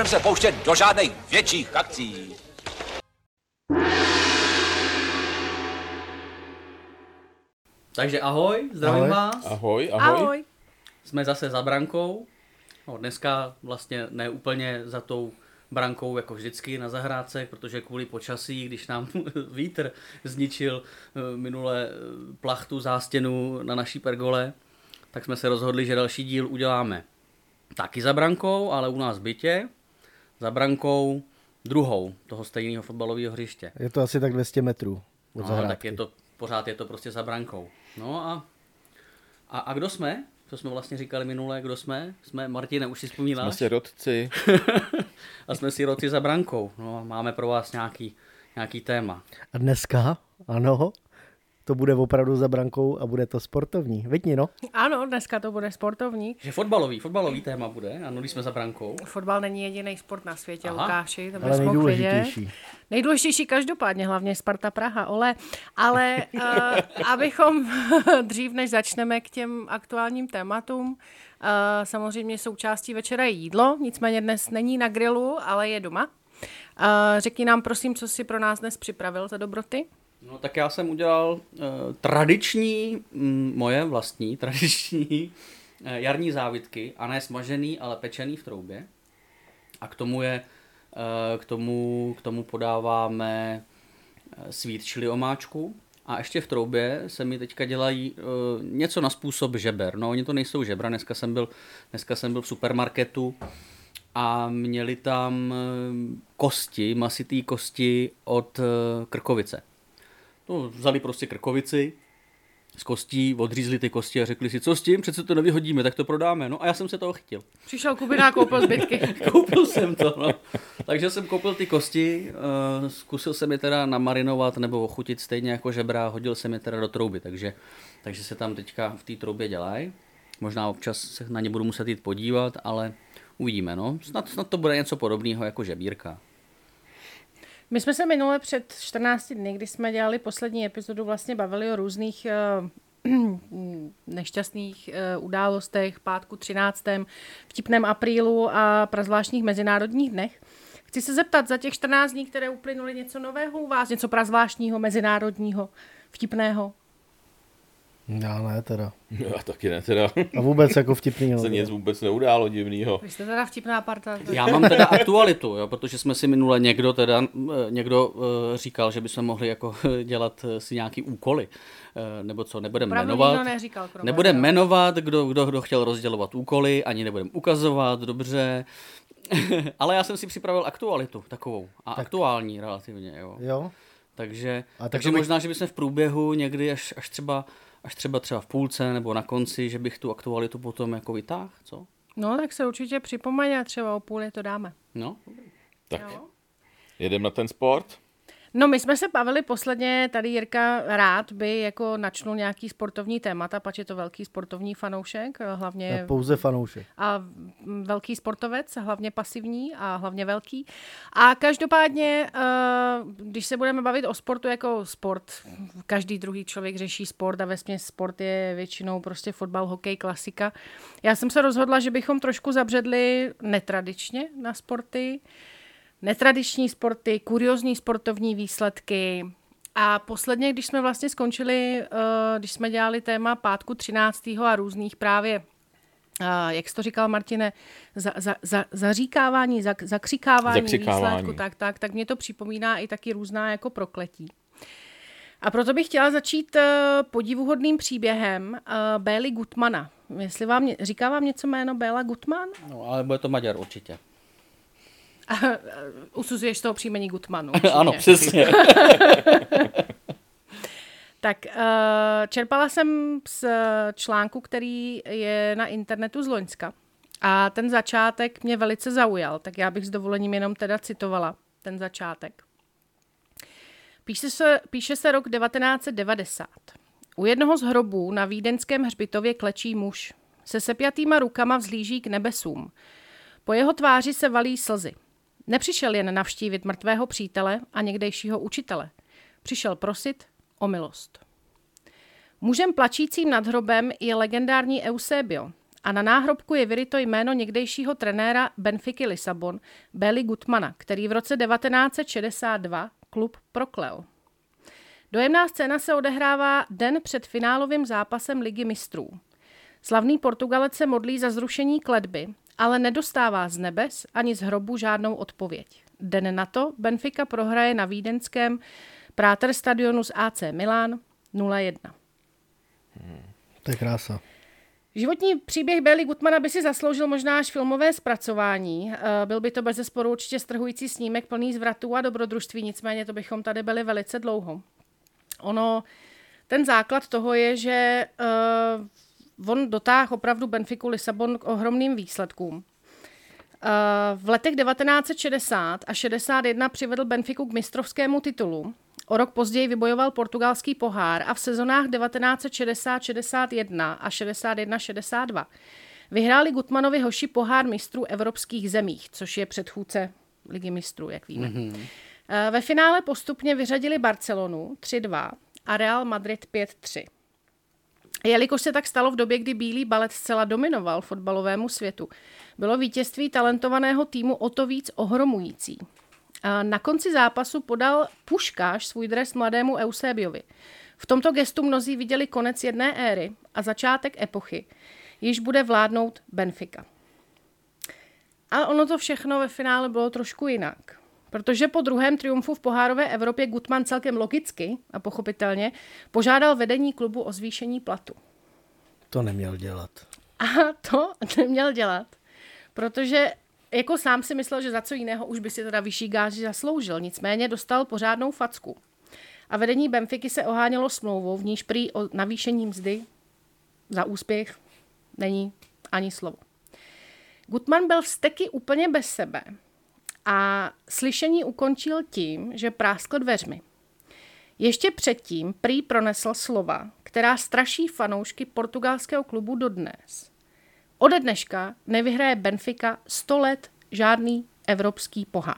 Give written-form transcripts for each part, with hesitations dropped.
nebudeme se pouštět do žádných větších akcí. Takže ahoj, zdravím vás. Ahoj. Ahoj. Jsme zase za brankou. No, dneska vlastně ne úplně za tou brankou jako vždycky na zahrádce, protože kvůli počasí, když nám vítr zničil minule plachtu zástěnu na naší pergole, tak jsme se rozhodli, že další díl uděláme taky za brankou, ale u nás v bytě, za brankou druhou toho stejného fotbalového hřiště. Je to asi tak 200 metrů od zahrádky. Tak pořád je to prostě za brankou. No a kdo jsme? Co jsme vlastně říkali minule, kdo jsme? Jsme, Martine, už si vzpomínáš? Jsme sirotci. A jsme sirotci za brankou. No, máme pro vás nějaký téma. A dneska, ano, to bude opravdu za brankou a bude to sportovní. Vidni, no? Ano, dneska to bude sportovní. Že fotbalový téma bude, ano, když jsme za brankou. Fotbal není jediný sport na světě, Aha. Lukáši, to Ale bys mohl vědět. nejdůležitější. Nejdůležitější každopádně, hlavně Sparta Praha, ale abychom dřív, než začneme k těm aktuálním tématům, samozřejmě součástí večera je jídlo, nicméně dnes není na grilu, ale je doma. Řekni nám prosím, co jsi pro nás dnes připravil za dobroty. No tak já jsem udělal tradiční, moje vlastní tradiční jarní závitky, a ne smažený, ale pečený v troubě. A k tomu podáváme sweet chili omáčku. A ještě v troubě se mi teďka dělají něco na způsob žeber. No, oni to nejsou žebra, dneska jsem byl v supermarketu a měli tam masitý kosti od krkovice. No, vzali prostě krkovici z kostí, odřízli ty kosti a řekli si, co s tím, přece to nevyhodíme, tak to prodáme. No a já jsem se toho chytil. Přišel Kubina a koupil zbytky. Koupil jsem to, no. Takže jsem koupil ty kosti, zkusil jsem je teda namarinovat nebo ochutit stejně jako žebra, hodil jsem je teda do trouby, takže se tam teďka v té troubě dělají. Možná občas se na ně budu muset jít podívat, ale uvidíme, no. Snad to bude něco podobného jako žebírka. My jsme se minule před 14 dny, kdy jsme dělali poslední epizodu, vlastně bavili o různých nešťastných událostech, pátku 13., vtipném aprílu a prazvláštních mezinárodních dnech. Chci se zeptat, za těch 14 dní, které uplynuly, něco nového u vás, něco prazvláštního, mezinárodního, vtipného? Já ne teda. Já taky ne teda. A vůbec jako vtipný. Se nic vůbec neudálo divnýho. Vy jste teda vtipná parta. Já mám teda aktualitu, jo, protože jsme si minule někdo říkal, že bychom mohli jako dělat si nějaký úkoly, nebo co, nebudeme jmenovat. Nebudeme jmenovat, kdo chtěl rozdělovat úkoly, ani nebudeme ukazovat, dobře. Ale já jsem si připravil aktualitu takovou, a aktuální relativně, jo. Takže možná, že bychom v průběhu někdy až třeba v půlce nebo na konci, že bych tu aktualitu potom jako vytáhl, co? No, tak se určitě připomeň a třeba o půli to dáme. No. Tak, jedem na ten sport? No, my jsme se bavili posledně, tady Jirka rád by jako načnul nějaký sportovní témata, pač je to velký sportovní fanoušek, hlavně... Pouze fanoušek. A velký sportovec, hlavně pasivní a hlavně velký. A každopádně, když se budeme bavit o sportu jako sport, každý druhý člověk řeší sport a vesměs sport je většinou prostě fotbal, hokej, klasika. Já jsem se rozhodla, že bychom trošku zabředli netradičně na sporty, netradiční sporty, kuriózní sportovní výsledky. A posledně, když jsme vlastně skončili, když jsme dělali téma pátku 13. a různých právě, jak jsi to říkal, Martine, zaříkávání, zakřikávání výsledku, tak mě to připomíná i taky různá jako prokletí. A proto bych chtěla začít podivuhodným příběhem Bély Gutmana. Říká vám něco jméno Béla Gutman? No, ale bude to Maďar určitě. Usuzuješ z toho příjmení Gutmanu. Ano, přesně. Tak čerpala jsem z článku, který je na internetu z Loňska. A ten začátek mě velice zaujal, tak já bych s dovolením jenom teda citovala ten začátek. Píše se rok 1990. U jednoho z hrobů na vídeňském hřbitově klečí muž. Se sepjatýma rukama vzlíží k nebesům. Po jeho tváři se valí slzy. Nepřišel jen navštívit mrtvého přítele a někdejšího učitele. Přišel prosit o milost. Mužem plačícím nad hrobem je legendární Eusebio a na náhrobku je vyryto jméno někdejšího trenéra Benfiky Lisabon, Béli Gutmana, který v roce 1962 klub proklel. Dojemná scéna se odehrává den před finálovým zápasem Ligy mistrů. Slavný Portugalec se modlí za zrušení kletby, ale nedostává z nebes ani z hrobu žádnou odpověď. Den na to Benfica prohraje na vídeňském Praterstadionu s AC Milan 0-1. To je krása. Životní příběh Béli Gutmana by si zasloužil možná až filmové zpracování. Byl by to bezesporu určitě strhující snímek plný zvratů a dobrodružství, nicméně to bychom tady byli velice dlouho. Ten základ toho je, že on dotáhl opravdu Benfiku Lisabon k ohromným výsledkům. V letech 1960 a 61 přivedl Benfiku k mistrovskému titulu. O rok později vybojoval portugalský pohár a v sezonách 1960-61 a 61-62 vyhráli Gutmanovi hoši pohár mistrů evropských zemích, což je předchůdce Ligy mistrů, jak víme. Ve finále postupně vyřadili Barcelonu 3-2 a Real Madrid 5-3. Jelikož se tak stalo v době, kdy bílý balet zcela dominoval fotbalovému světu, bylo vítězství talentovaného týmu o to víc ohromující. Na konci zápasu podal Puškáš svůj dres mladému Eusebiovi. V tomto gestu mnozí viděli konec jedné éry a začátek epochy, již bude vládnout Benfica. Ale ono to všechno ve finále bylo trošku jinak. Protože po druhém triumfu v pohárové Evropě Gutman celkem logicky a pochopitelně požádal vedení klubu o zvýšení platu. To neměl dělat. A to neměl dělat, protože jako sám si myslel, že za co jiného už by si teda vyšší gáži zasloužil. Nicméně dostal pořádnou facku. A vedení Benfiky se ohánělo smlouvou, v níž prý o navýšení mzdy za úspěch není ani slovo. Gutman byl vzteky úplně bez sebe a slyšení ukončil tím, že práskl dveřmi. Ještě předtím prý pronesl slova, která straší fanoušky portugalského klubu dodnes. Ode dneška nevyhraje Benfica 100 let žádný evropský pohár.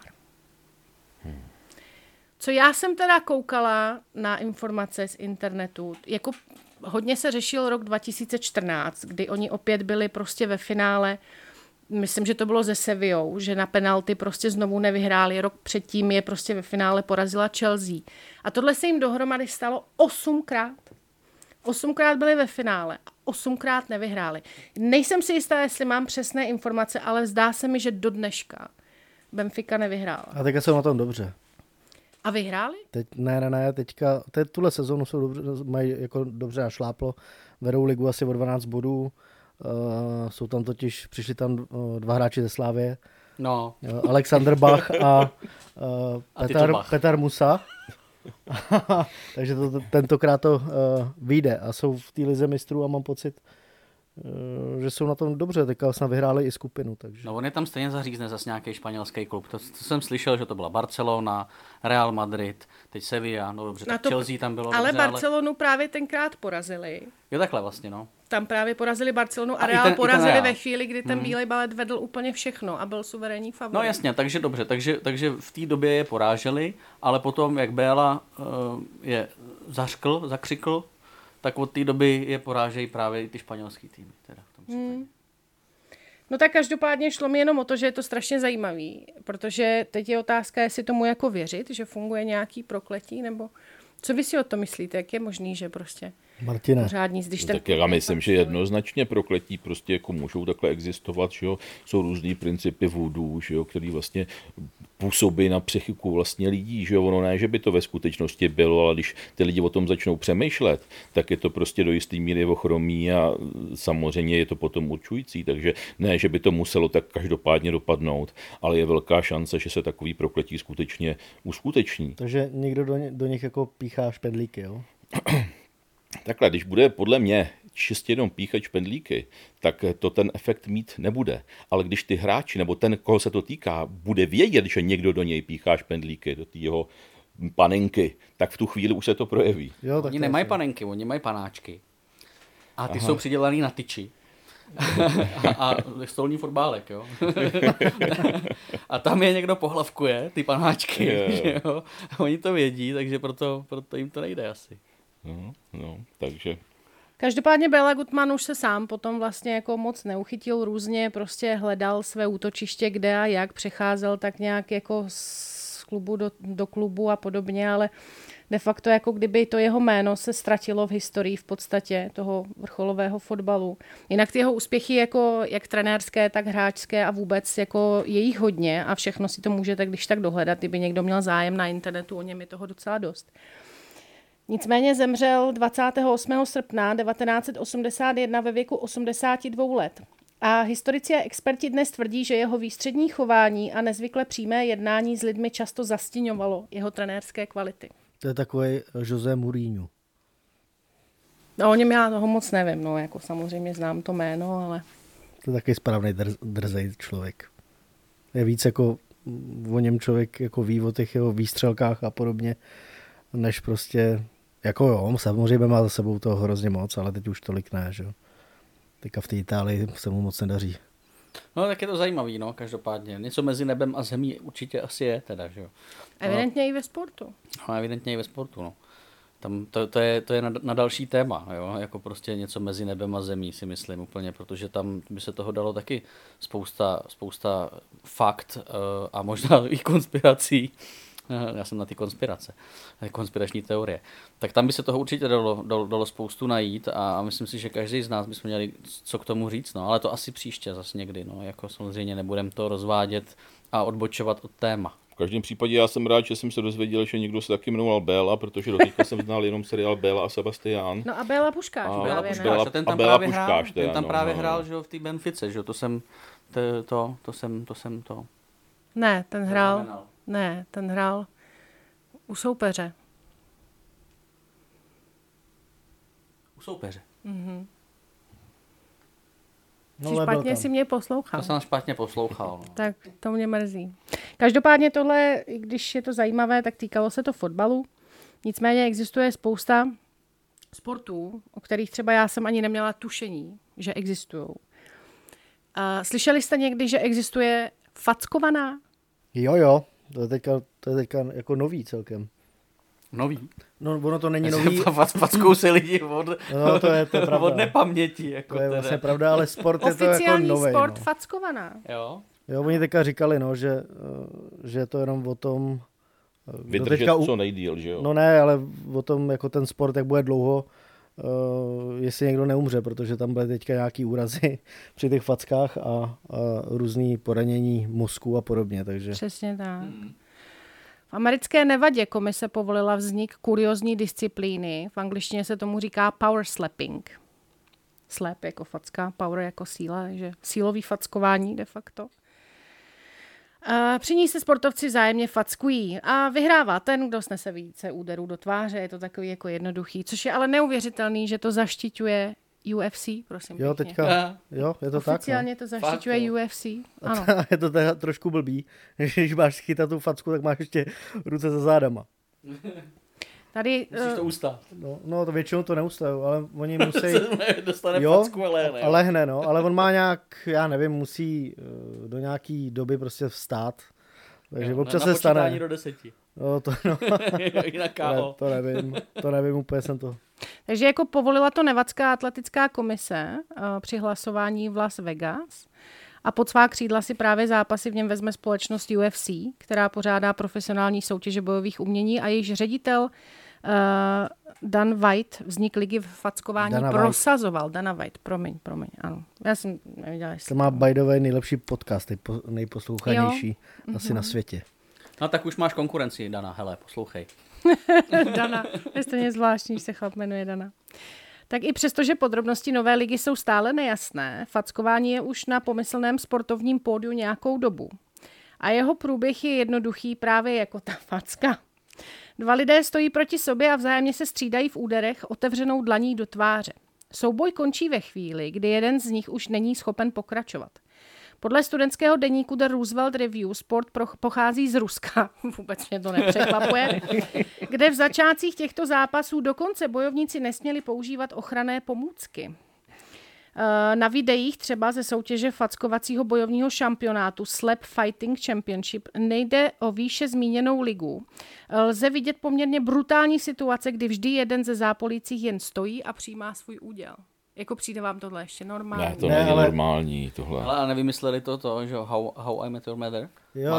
Co já jsem teda koukala na informace z internetu, jako hodně se řešil rok 2014, kdy oni opět byli prostě ve finále, myslím, že to bylo se Sevillou, že na penalty prostě znovu nevyhráli, rok předtím je prostě ve finále porazila Chelsea. A tohle se jim dohromady stalo 8krát. 8krát byli ve finále a 8krát nevyhráli. Nejsem si jistá, jestli mám přesné informace, ale zdá se mi, že do dneška Benfica nevyhrála. A teďka jsou na tom dobře. A vyhráli? Ne, teďka, tuhle sezónu jsou dobře, mají jako dobře našláplo, vedou ligu asi o 12 bodů, jsou tam totiž, přišli tam 2 hráči ze Slávie, no. Alexander Bach a Petar Musa. Takže tentokrát to vyjde a jsou v té lize mistrů a mám pocit, že jsou na tom dobře. Teďka snad vyhráli i skupinu. Takže. No on je tam stejně zařízne zase nějaký španělský klub. To jsem slyšel, že to byla Barcelona, Real Madrid, teď Sevilla, no dobře, tak Chelsea tam bylo. Ale dobře, Barcelonu právě tenkrát porazili. Jo, takhle vlastně, no. Tam právě porazili Barcelonu a Real porazili ve chvíli, kdy ten bílej balet vedl úplně všechno a byl suverénní favorit. No jasně, takže dobře, takže v té době je poráželi, ale potom, jak Béla je zakřikl, tak od té doby je porážejí právě i ty španělský týmy. Teda v tom případě. No tak každopádně šlo mi jenom o to, že je to strašně zajímavý, protože teď je otázka, jestli tomu jako věřit, že funguje nějaký prokletí, nebo co vy si o to myslíte, jak je možný, že prostě Martine. pořádní, když ten... Tak já myslím, že jednoznačně prokletí prostě jako můžou takhle existovat, že jo? Jsou různý principy voodoo, že jo? Který vlastně působí na psychiku vlastně lidí, že jo? Ono ne, že by to ve skutečnosti bylo, ale když ty lidi o tom začnou přemýšlet, tak je to prostě do jistý míry ochromí a samozřejmě je to potom určující, takže ne, že by to muselo tak každopádně dopadnout, ale je velká šance, že se takový prokletí skutečně uskuteční. Takže někdo do nich jako píchá špendlíky, jo? Takhle, když bude podle mě čistě jenom píchat špendlíky, tak to ten efekt mít nebude. Ale když ty hráči, nebo ten, koho se to týká, bude vědět, že někdo do něj píchá špendlíky, do té jeho panenky, tak v tu chvíli už se to projeví. Jo, Oni nemají panenky, oni mají panáčky. A ty jsou přidělaný na tyči. a stolní fotbálek, jo. A tam je někdo pohlavkuje, ty panáčky, jo. Oni to vědí, takže proto jim to nejde asi. No, takže Každopádně Béla Gutmann už se sám potom vlastně jako moc neuchytil, různě prostě hledal své útočiště, kde a jak, přecházel tak nějak jako z klubu do klubu a podobně, ale de facto jako kdyby to jeho jméno se ztratilo v historii v podstatě toho vrcholového fotbalu. Jinak ty jeho úspěchy jako jak trenérské, tak hráčské a vůbec jako je jich hodně a všechno si to můžete když tak dohledat, kdyby někdo měl zájem na internetu, o něm je toho docela dost. Nicméně zemřel 28. srpna 1981 ve věku 82 let. A historici a experti dnes tvrdí, že jeho výstřední chování a nezvykle přímé jednání s lidmi často zastíňovalo jeho trenérské kvality. To je takový José Mourinho. No, o něm já toho moc nevím, no, jako samozřejmě znám to jméno, ale... To je takový správný drzej člověk. Je víc jako o něm člověk jako ví o těch jeho výstřelkách a podobně, než prostě, jako jo, samozřejmě má za sebou toho hrozně moc, ale teď už tolik ne, že jo. Teďka v té Itálii se mu moc nedaří. No tak je to zajímavý, no, každopádně. Něco mezi nebem a zemí určitě asi je teda, že jo. Evidentně i ve sportu. No, evidentně i ve sportu, no. Tam to je na další téma, jo, jako prostě něco mezi nebem a zemí, si myslím úplně, protože tam by se toho dalo taky spousta fakt a možná i konspirací. Já jsem na ty konspirační teorie. Tak tam by se toho určitě dalo spoustu najít a myslím si, že každý z nás bychom měli co k tomu říct, no, ale to asi příště zase někdy, no, jako samozřejmě nebudem to rozvádět a odbočovat od téma. V každém případě já jsem rád, že jsem se dozvěděl, že někdo se taky jmenoval Béla, protože doteďka jsem znal jenom seriál Béla a Sebastián. No a Béla Puškáš. Ten tam právě hrál, že jo, v té Benfice, že jo, to jsem. Ne, ten hrál u soupeře. U soupeře? Mhm. No, špatně si mě poslouchal. To jsem špatně poslouchal. No. Tak to mě mrzí. Každopádně tohle, když je to zajímavé, tak týkalo se to fotbalu. Nicméně existuje spousta sportů, o kterých třeba já jsem ani neměla tušení, že existují. Slyšeli jste někdy, že existuje fackovaná? Jo. To je teďka jako nový celkem. Nový? No, ono to není nový. Fackou se lidi to je pravda. Od nepaměti. Jako to je vlastně pravda, ale sport je to jako nový. Oficiální sport fackovaná. Jo, oni teďka říkali, no, že je to jenom o tom... Vydržet co nejdýl, že jo? No ne, ale o tom, jako ten sport, jak bude dlouho, jestli někdo neumře, protože tam byly teďka nějaký úrazy při těch fackách a různý poranění mozku a podobně, takže... Přesně tak. V americké Nevadě komise povolila vznik kuriózní disciplíny. V angličtině se tomu říká power slapping. Slap jako facka, power jako síla, takže sílový fackování de facto. Při ní se sportovci vzájemně fackují a vyhrává ten, kdo snese více úderů do tváře. Je to takový jako jednoduchý, což je ale neuvěřitelný, že to zaštiťuje UFC, prosím. Jo, teďka, je to tak. Oficiálně to zaštiťuje UFC. Ano. Je to teda trošku blbý. Když máš chytat tu facku, tak máš ještě ruce za zádama. Tady, musíš to ustát. No, to většinou to neustajou, ale oni musí... Dostane facku a lehne. A lehne, no, ale on má nějak, já nevím, musí do nějaký doby prostě vstát. Takže občas se stane. Na do 10. No. Jinak KO. To nevím, úplně jsem to... Takže jako povolila to Nevadská atletická komise při hlasování v Las Vegas a pod svá křídla si právě zápasy v něm vezme společnost UFC, která pořádá profesionální soutěže bojových umění a jejíž ředitel Dan White vznik ligy v fackování prosazoval. Dana White, promiň, ano. Já jsem nevěděla, jestli... To má by the way nejlepší podcast, nejposlouchanější asi na světě. No tak už máš konkurenci, Dana, hele, poslouchej. Dana, je stejně zvláštní, že se chlap jmenuje Dana. Tak i přesto, že podrobnosti nové ligy jsou stále nejasné, fackování je už na pomyslném sportovním pódiu nějakou dobu. A jeho průběh je jednoduchý právě jako ta facka. Dva lidé stojí proti sobě a vzájemně se střídají v úderech otevřenou dlaní do tváře. Souboj končí ve chvíli, kdy jeden z nich už není schopen pokračovat. Podle studentského deníku The Roosevelt Review sport pochází z Ruska, vůbec mě to nepřekvapuje, kde v začátcích těchto zápasů dokonce bojovníci nesměli používat ochranné pomůcky. Na videích třeba ze soutěže fackovacího bojovního šampionátu Slap Fighting Championship nejde o výše zmíněnou ligu, lze vidět poměrně brutální situace, kdy vždy jeden ze zápolících jen stojí a přijímá svůj úděl. Jako přijde vám tohle ještě normální? Ne, to není normální tohle. Ale nevymysleli to, že How I Met Your Mother? Jo.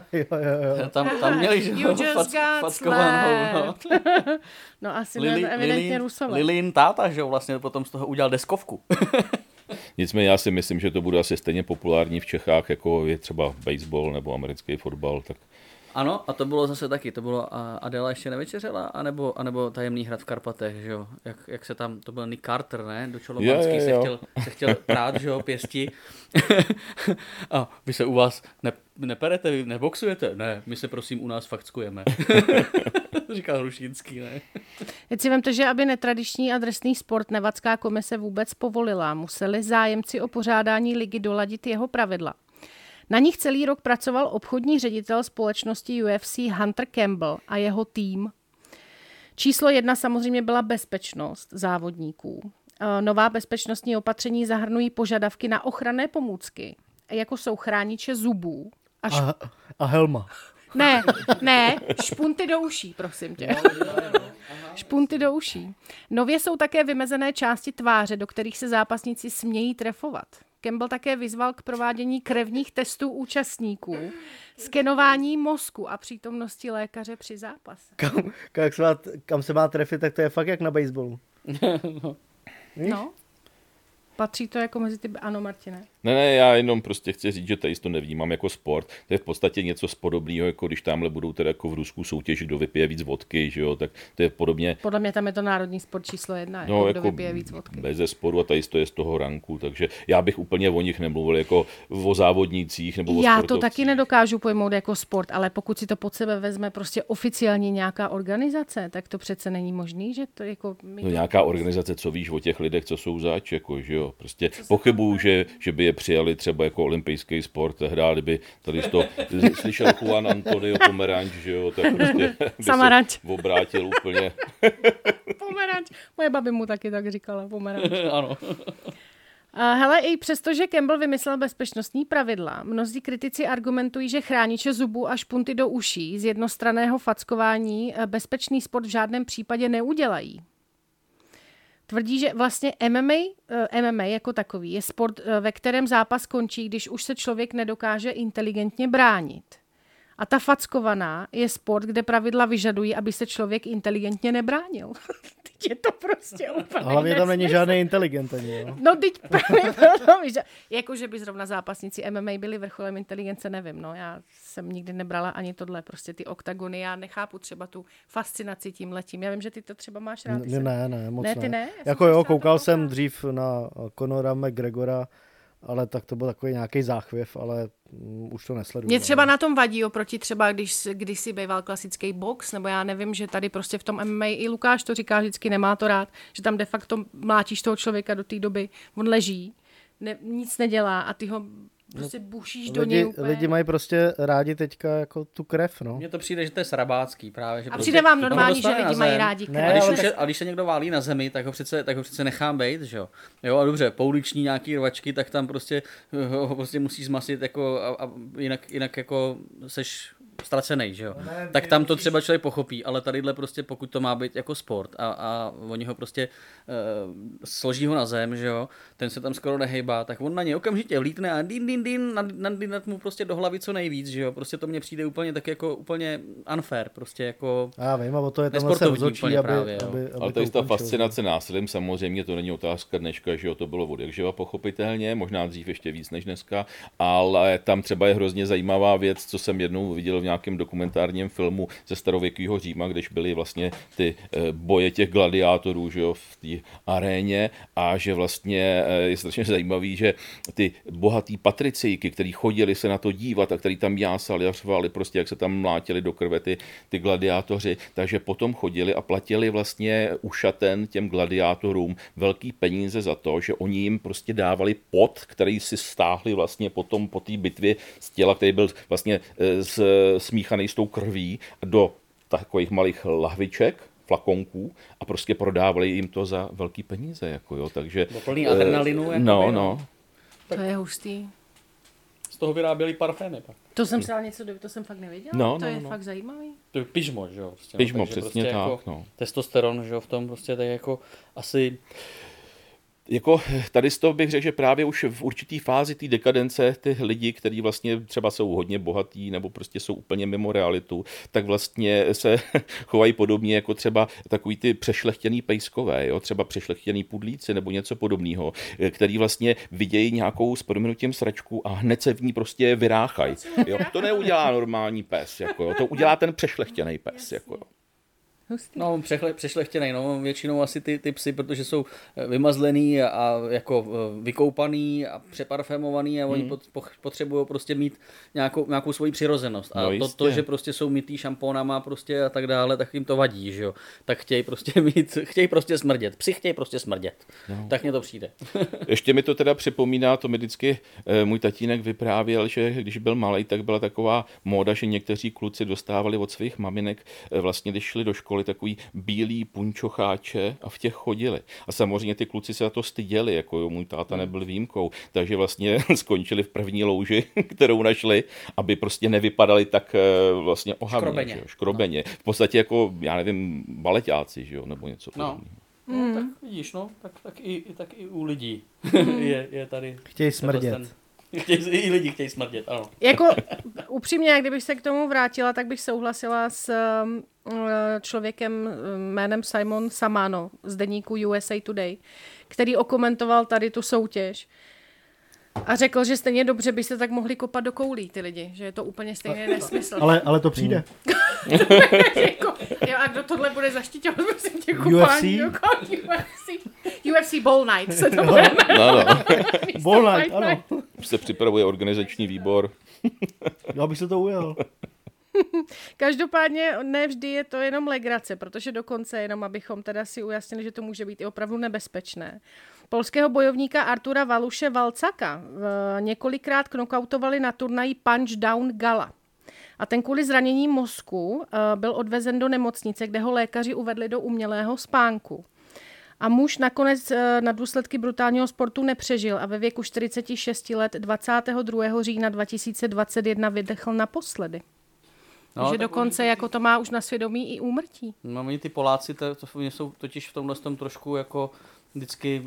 Tam měli, že fackovanou. No asi evidentně Rusové. Lilin táta, že vlastně potom z toho udělal deskovku. Nicméně já si myslím, že to bude asi stejně populární v Čechách, jako je třeba baseball nebo americký fotbal. Tak... Ano, a to bylo zase taky, to bylo Adela ještě nevečeřela, anebo Tajemný hrad v Karpatech, že jo, jak se tam, to byl Nick Carter, ne, do Čolomanský se chtěl prát, že jo, pěsti. A vy se u vás neperete, vy neboxujete? Ne, my se prosím u nás fackujeme. Říkal Hrušínský, ne? Teď si vemte, že aby netradiční a drsný sport Nevacká komise vůbec povolila, museli zájemci o pořádání ligy doladit jeho pravidla. Na nich celý rok pracoval obchodní ředitel společnosti UFC Hunter Campbell a jeho tým. Číslo 1 samozřejmě byla bezpečnost závodníků. Nová bezpečnostní opatření zahrnují požadavky na ochranné pomůcky, jako jsou chrániče zubů. A helma. Ne, špunty do uší, prosím tě. Špunty do uší. Nově jsou také vymezené části tváře, do kterých se zápasníci smějí trefovat. Campbell také vyzval k provádění krevních testů účastníků, skenování mozku a přítomnosti lékaře při zápase. Kam se má trefit, tak to je fakt jak na baseballu. No. Patří to jako mezi ty... Ano, Martine. Ne, já jenom prostě chci říct, že tady to nevnímám jako sport. To je v podstatě něco podobného, jako když tamhle budou teda jako v Rusku soutěž, kdo vypije víc vodky, že jo, tak to je podobně. Podle mě tam je to národní sport číslo 1, no, kdo vypije víc vodky. Bez zesporu a tady to je z toho ranku, takže já bych úplně o nich nemluvil jako o závodnících nebo o Já sportovcích. to taky nedokážu pojmout jako sport, ale pokud si to pod sebe vezme prostě oficiálně nějaká organizace, tak to přece není možný, že to jako... No nějaká organizace, co víš o těch lidech, co jsou zač, jako, že jo, prostě pochybuju, že by je přijali třeba jako olympijský sport, hráli by tady to slyšel Juan Antonio Pomeranč, že jo, tak prostě by se obrátil úplně. Pomeranč, moje babi mu taky tak říkala, Pomeranč. Ano. Hele, i přesto, že Campbell vymyslel bezpečnostní pravidla, mnozí kritici argumentují, že chrániče zubů a špunty do uší z jednostranného fackování bezpečný sport v žádném případě neudělají. Tvrdí, že vlastně MMA jako takový je sport, ve kterém zápas končí, když už se člověk nedokáže inteligentně bránit. A ta fackovaná je sport, kde pravidla vyžadují, aby se člověk inteligentně nebránil. Teď je to prostě úplně hlavně tam není žádný inteligent ani, jo? No teď právě to, jako že by zrovna zápasníci MMA byli vrcholem inteligence, nevím, no já jsem nikdy nebrala ani tohle, prostě ty oktagony, já nechápu třeba tu fascinaci tím letím. Já vím, že ty to třeba máš rád. Ne, moc ne. Ty ne? Jako jo, koukal jsem dřív na Conora McGregora, ale tak to byl takový nějaký záchvěv, ale už to nesleduju. Mě třeba na tom vadí oproti třeba, když si býval klasický box, nebo já nevím, že tady prostě v tom MMA i Lukáš to říká, vždycky nemá to rád, že tam de facto mlátíš toho člověka do té doby, on leží, nic nedělá a ty ho prostě bušíš do něj úplně. Lidi mají prostě rádi teďka jako tu krev, no. Mně to přijde, že to je srabácký právě. Že a přijde vám normální, že lidi mají rádi krev. A když se někdo válí na zemi, tak ho přece nechám bejt, že jo. Jo a dobře, pouliční nějaký rvačky, tak tam prostě ho prostě musí zmasit jako a jinak jako seš ztracenej, že jo. Tak tam to třeba člověk pochopí, ale tadyhle prostě pokud to má být jako sport a oni ho prostě složí ho na zem, že jo, ten se tam skoro nehejbá, tak on na ně okamžitě vlítne a nadinat mu prostě do hlavy co nejvíc, že jo. Prostě to mně přijde úplně tak jako úplně unfair, prostě jako já vím, a o to je tam se vzočí, aby ale to je ta fascinace násilím, samozřejmě to není otázka dneška, že jo, to bylo od jakživa pochopitelně, možná dřív ještě víc než dneska, ale tam třeba je hrozně zajímavá věc, co jsem jednou viděl v nějakém dokumentárním filmu ze starověkého Říma, když byly vlastně ty boje těch gladiátorů, že jo, v té aréně a že vlastně je strašně zajímavý, že ty bohatý patricejky, který chodili se na to dívat a který tam jásali a řvali, prostě jak se tam mlátili do krve ty gladiátoři, takže potom chodili a platili vlastně ušaten těm gladiátorům velký peníze za to, že oni jim prostě dávali pot, který si stáhli vlastně potom po té bitvě z těla, který byl vlastně smíchaný s tou krví do takových malých lahviček, flakonků a prostě prodávali jim to za velký peníze, jako jo, takže... Plný adrenalinu, jako no. To je hustý. toho vyráběli parfémy. To jsem si něco, to jsem fakt nevěděla, to je fakt zajímavý. To je pyžmo, že jo? Prostě, pyžmo, přesně tak. Jako testosteron, že jo, v tom prostě tak jako asi... Jako tady z toho bych řekl, že právě už v určitý fázi té dekadence ty lidi, kteří vlastně třeba jsou hodně bohatí nebo prostě jsou úplně mimo realitu, tak vlastně se chovají podobně jako třeba takový ty přešlechtěný pejskové, jo? Třeba přešlechtěný pudlíci nebo něco podobného, který vlastně vidějí nějakou s prominutím sračku a hned se v ní prostě vyráchají. Jo? To neudělá normální pes, jako, jo? To udělá ten přešlechtěný pes. Jako, jo. No, přešlechtěnej, no, většinou asi ty psy, protože jsou vymazlený a jako vykoupaný a přeparfémovaný a oni potřebují prostě mít nějakou svoji přirozenost. A no, to, že prostě jsou mytý šampónama prostě a tak dále, tak jim to vadí, že jo. Tak chtějí prostě smrdět. Psi chtějí prostě smrdět. No. Tak mně to přijde. Ještě mi to teda připomíná, to mi vždycky můj tatínek vyprávěl, že když byl malej, tak byla taková móda, že někteří kluci dostávali od svých maminek vlastně, když šli do školy, takový bílý punčocháče a v těch chodili. A samozřejmě ty kluci se za to styděli, jako jo, můj táta nebyl výjimkou, takže vlastně skončili v první louži, kterou našli, aby prostě nevypadali tak vlastně ohavně, škrobeně. V podstatě jako, já nevím, baleťáci, že jo, nebo něco podobného. No, tak vidíš, no, tak i u lidí je tady... Chtějí smrdět. I lidi chtějí smrdět, ano. Jako upřímně, kdybych se k tomu vrátila, tak bych souhlasila s člověkem jménem Simon Samano z deníku USA Today, který okomentoval tady tu soutěž a řekl, že stejně dobře by se tak mohli kopat do koulí ty lidi, že je to úplně stejný nesmysl. Ale to přijde. Jo, a kdo tohle bude zaštiťovat, prosím tě, kopání do koulí? UFC Ball Night se to bude jmenovat. Ball Night, ano. Už se připravuje organizační výbor. Já bych se to ujel. Každopádně ne vždy je to jenom legrace, protože dokonce jenom abychom teda si ujasnili, že to může být i opravdu nebezpečné. Polského bojovníka Artura Waluše Walcaka několikrát knockoutovali na turnaji Punch Down Gala. A ten kvůli zranění mozku byl odvezen do nemocnice, kde ho lékaři uvedli do umělého spánku. A muž nakonec na důsledky brutálního sportu nepřežil a ve věku 46 let 22. října 2021 vydechl naposledy. No, že dokonce jako to má už na svědomí i úmrtí. No, oni ty Poláci jsou totiž v tomhle tom trošku jako vždycky...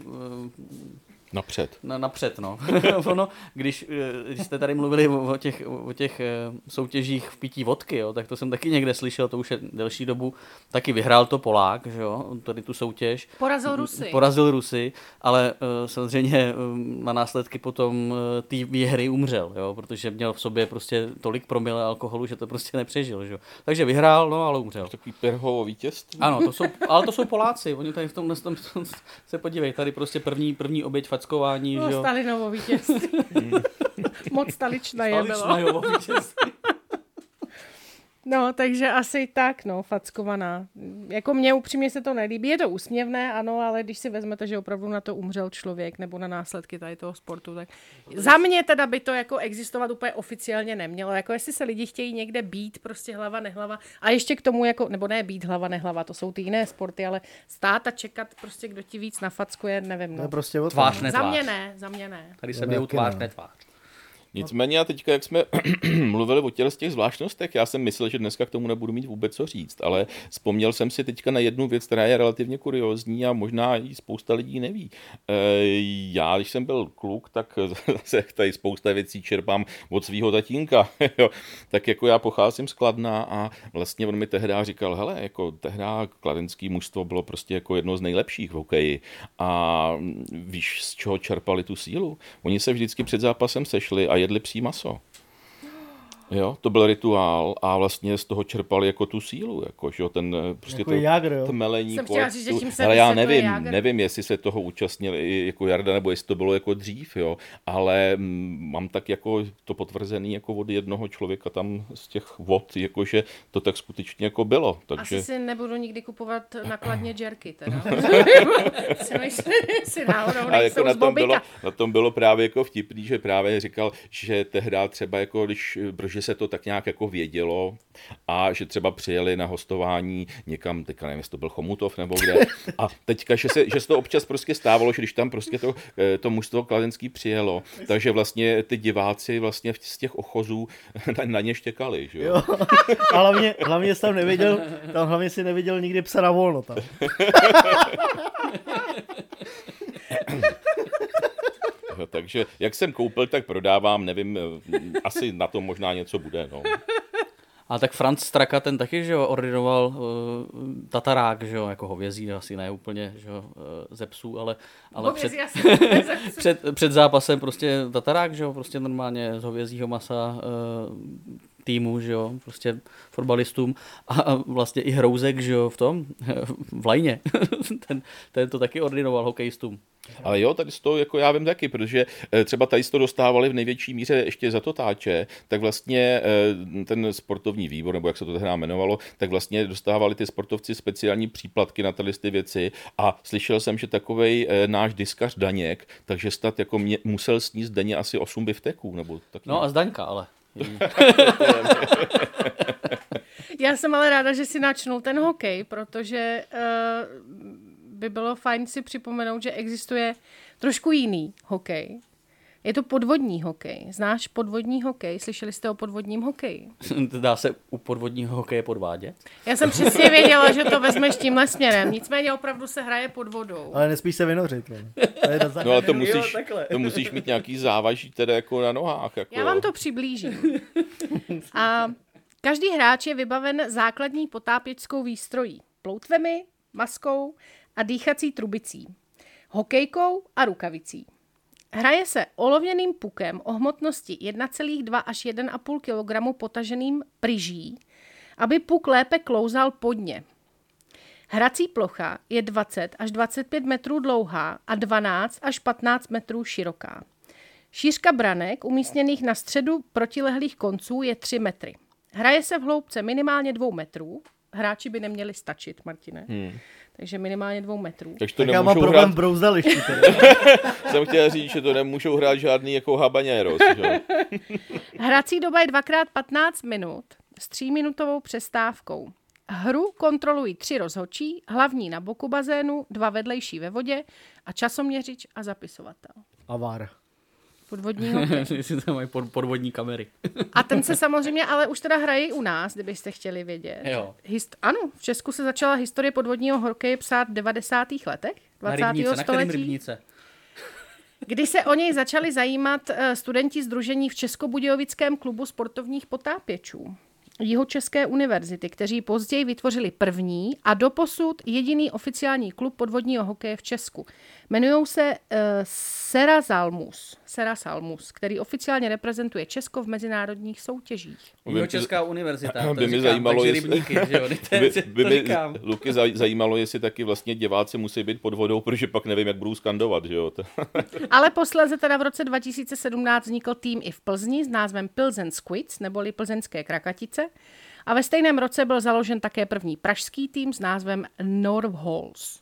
Napřed, no. Ono, když jste tady mluvili o těch soutěžích v pití vodky, jo, tak to jsem taky někde slyšel, to už je delší dobu. Taky vyhrál to Polák, že jo, tady tu soutěž. Porazil Rusy, ale samozřejmě na následky potom té výhry umřel, jo, protože měl v sobě prostě tolik promile alkoholu, že to prostě nepřežil, že jo. Takže vyhrál, no, ale umřel. Takový Perhovo vítězství. Ano, to jsou Poláci, oni tady v tomhle se podívej, tady prostě první oběť fackování, že jo. Stalinovo vítězství. Moc staličné je bylo. No, takže asi tak, no, fackovaná. Jako mně upřímně se to nelíbí. Je to úsměvné, ano, ale když si vezmete, že opravdu na to umřel člověk nebo na následky tady toho sportu, tak za mě teda by to jako existovat úplně oficiálně nemělo. Jako jestli se lidi chtějí někde být, prostě hlava, nehlava. A ještě k tomu jako, nebo ne být hlava, nehlava, to jsou ty jiné sporty, ale stát a čekat prostě, kdo ti víc nafackuje, nevím. No. To prostě tvář, za mě ne. Tady se bijou tvář, netvář. Nicméně a teďka, jak jsme mluvili o těch zvláštnostech, já jsem myslel, že dneska k tomu nebudu mít vůbec co říct, ale vzpomněl jsem si teďka na jednu věc, která je relativně kuriózní a možná i spousta lidí neví. Já, když jsem byl kluk, tak zase tady spousta věcí čerpám od svého tatínka. Tak jako já pocházím z Kladna a vlastně on mi tehdy říkal, hele, jako tehdy kladenský mužstvo bylo prostě jako jedno z nejlepších v hokeji. A víš, z čeho čerpali tu sílu? Oni se vždycky před zápasem sešli a jedli psí maso. Jo, to byl rituál a vlastně z toho čerpali jako tu sílu, jako, že ten prostě jako to tmelení kolektu. Ale já nevím, jestli se toho účastnili jako Jarda, nebo jestli to bylo jako dřív, jo, ale mám tak jako to potvrzený jako od jednoho člověka tam z těch vod, jakože to tak skutečně jako bylo. Takže... Asi si nebudu nikdy kupovat nakladně džerky, teda. si náhodou nejsou jako na tom bylo právě jako vtipný, že právě říkal, že tehdy třeba jako když že se to tak nějak jako vědělo a že třeba přijeli na hostování někam, teďka nevím, jestli to byl Chomutov nebo kde, a teďka, že se to občas prostě stávalo, že když tam prostě to mužstvo kladenský přijelo, takže vlastně ty diváci vlastně z těch ochozů na ně štěkali, že jo? A hlavně jsi hlavně si neviděl nikdy psa na volno tam. Takže jak jsem koupil, tak prodávám, nevím, asi na tom možná něco bude, no. A tak Franz Straka, ten taky, že jo, ordinoval tatarák, že jo, jako hovězí, asi ne úplně, že jo, ze psů, ale před zápasem prostě tatarák, že jo, prostě normálně z hovězího masa týmu, že jo, prostě fotbalistům a vlastně i Hrouzek, že jo, v lajně, ten to taky ordinoval hokejistům. Ale jo, tady to jako já vím taky, protože třeba tady to dostávali v největší míře ještě za totáče, tak vlastně ten sportovní výbor, nebo jak se to tehdy jmenovalo, tak vlastně dostávali ty sportovci speciální příplatky na ty věci a slyšel jsem, že takovej náš diskař Daněk, takže snad jako musel sníst denně asi 8 bifteků, nebo tak. No a Zdaňka, ale. Já jsem ale ráda, že si načnul ten hokej, protože by bylo fajn si připomenout, že existuje trošku jiný hokej. Je to podvodní hokej. Znáš podvodní hokej? Slyšeli jste o podvodním hokeji? Dá se u podvodního hokeje podvádět? Já jsem přesně věděla, že to vezmeš tímhle směrem. Nicméně opravdu se hraje pod vodou. Ale nesmíš se vynořit. No ale to musíš mít nějaký závaží teda jako na nohách. Jako, já vám to přiblížím. A každý hráč je vybaven základní potápěčskou výstrojí. Ploutvemi, maskou a dýchací trubicí. Hokejkou a rukavicí. Hraje se olověným pukem o hmotnosti 1,2 až 1,5 kg potaženým pryží, aby puk lépe klouzal pod ně. Hrací plocha je 20 až 25 metrů dlouhá a 12 až 15 metrů široká. Šířka branek umístěných na středu protilehlých konců je 3 metry. Hraje se v hloubce minimálně 2 metrů. Hráči by neměli stačit, Martine. Takže minimálně 2 metrů. Takže tak já mám problém v brouzdališti. Jsem chtěl říct, že to nemůžou hrát žádný jako habaněros. Hrací doba je 2x15 minut s 3minutovou přestávkou. Hru kontrolují 3 rozhodčí, hlavní na boku bazénu, 2 vedlejší ve vodě a časoměřič a zapisovatel. A VAR. Podvodní hokej. To mají podvodní kamery. A ten se samozřejmě ale už teda hraje i u nás, kdybyste chtěli vědět. Jo. Ano, v Česku se začala historie podvodního hokeje psát v 90. letech 20. Na kterým století. Rybníce? Kdy se o něj začali zajímat studenti sdružení v Českobudějovickém klubu sportovních potápěčů Jihočeské univerzity, kteří později vytvořili první a doposud jediný oficiální klub podvodního hokeje v Česku. Jmenují se Sera Salmus, který oficiálně reprezentuje Česko v mezinárodních soutěžích. Jihočeská univerzita. By mě zajímalo, Luky, zajímalo, jestli taky vlastně diváci musí být pod vodou, protože pak nevím, jak budou skandovat, že jo. Ale posléze teda v roce 2017 vznikl tým i v Plzni s názvem Pilsen Squids, neboli Plzeňské krakatice. A ve stejném roce byl založen také první pražský tým s názvem Norwhols.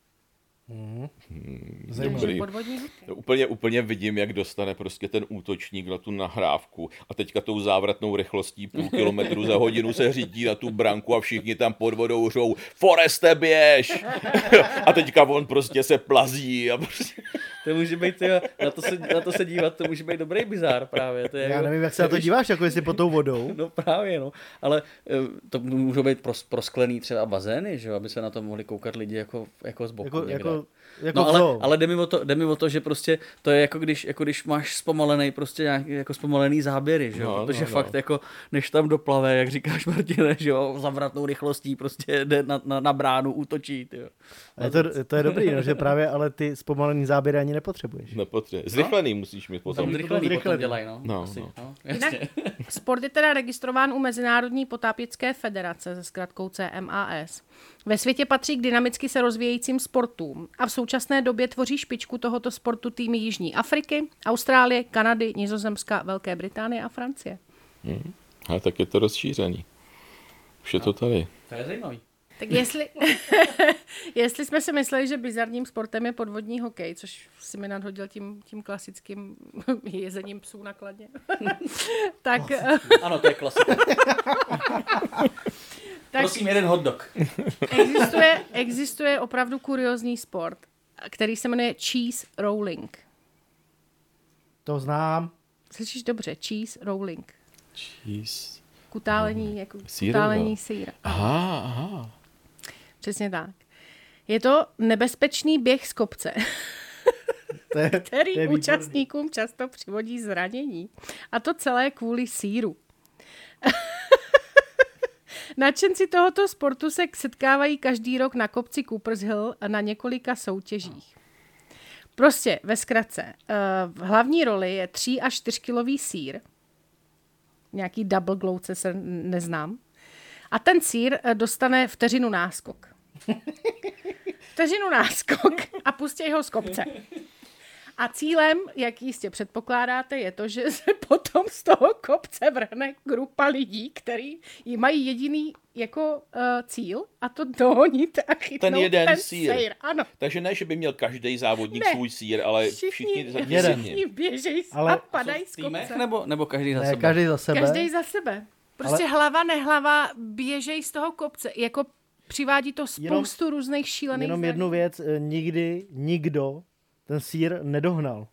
Úplně vidím, jak dostane prostě ten útočník na tu nahrávku a teďka tou závratnou rychlostí 0,5 kilometru za hodinu se řídí na tu branku a všichni tam pod vodou řou Foreste, běž! A teďka on prostě se plazí a prostě... To může být, na to se dívat, to může být dobrý bizár právě. To je já nevím, jak se na to díváš, jako jestli pod tou vodou. No právě, no. Ale to můžou být prosklený třeba bazény, že jo, aby se na to mohli koukat lidi jako z boku ale jde mi o to, že prostě to je jako když máš zpomalený prostě nějaký jako zpomalený záběry, že jo, protože fakt jako než tam doplave, jak říkáš Martine, že jo, zavratnou rychlostí prostě jde na bránu, útočí, tyjo. To je dobrý, no, že právě ale ty zpomalený záběry ani nepotřebuješ. Zrychlený musíš mít potom. Zrychlený potom dělají, Jinak sport je teda registrován u Mezinárodní potápěcké federace se zkratkou CMAS. Ve světě patří k dynamicky se rozvíjejícím sportům a v současné době tvoří špičku tohoto sportu týmy Jižní Afriky, Austrálie, Kanady, Nizozemska, Velké Británie a Francie. A tak je to rozšířený. Už je to tady. To je zajímavý. Tak jestli jsme si mysleli, že bizarním sportem je podvodní hokej, což si mi nadhodil tím klasickým jezením psů na kladně, tak... Ano, to je klasika. Prosím, jeden hot dog. Existuje opravdu kuriózní sport, který se jmenuje cheese rolling. To znám. Slyšíš dobře, cheese rolling. Cheese. Kutálení, jako kutálení sýra. Aha. Přesně tak. Je to nebezpečný běh z kopce, který účastníkům často přivodí zranění. A to celé kvůli sýru. Nadšenci tohoto sportu se setkávají každý rok na kopci Coopers Hill na několika soutěžích. Prostě ve zkratce, v hlavní roli je 3 až 4 kilový sýr. Nějaký double glouce se neznám. A ten sýr dostane vteřinu náskok. A pustí ho z kopce. A cílem, jak jistě předpokládáte, je to, že se potom z toho kopce vrhne grupa lidí, který mají jediný jako cíl, a to dohonit a chytnout ten jeden sýr. Ano. Takže ne, že by měl každý závodník svůj sýr, ale všichni běžejí a padají z kopce. Nebo každý za sebe? Každý za sebe. Prostě hlava, nehlava, běžejí z toho kopce. Jako přivádí to spoustu různých šílených Jenom jednu věc, nikdo ten sýr nedohnal.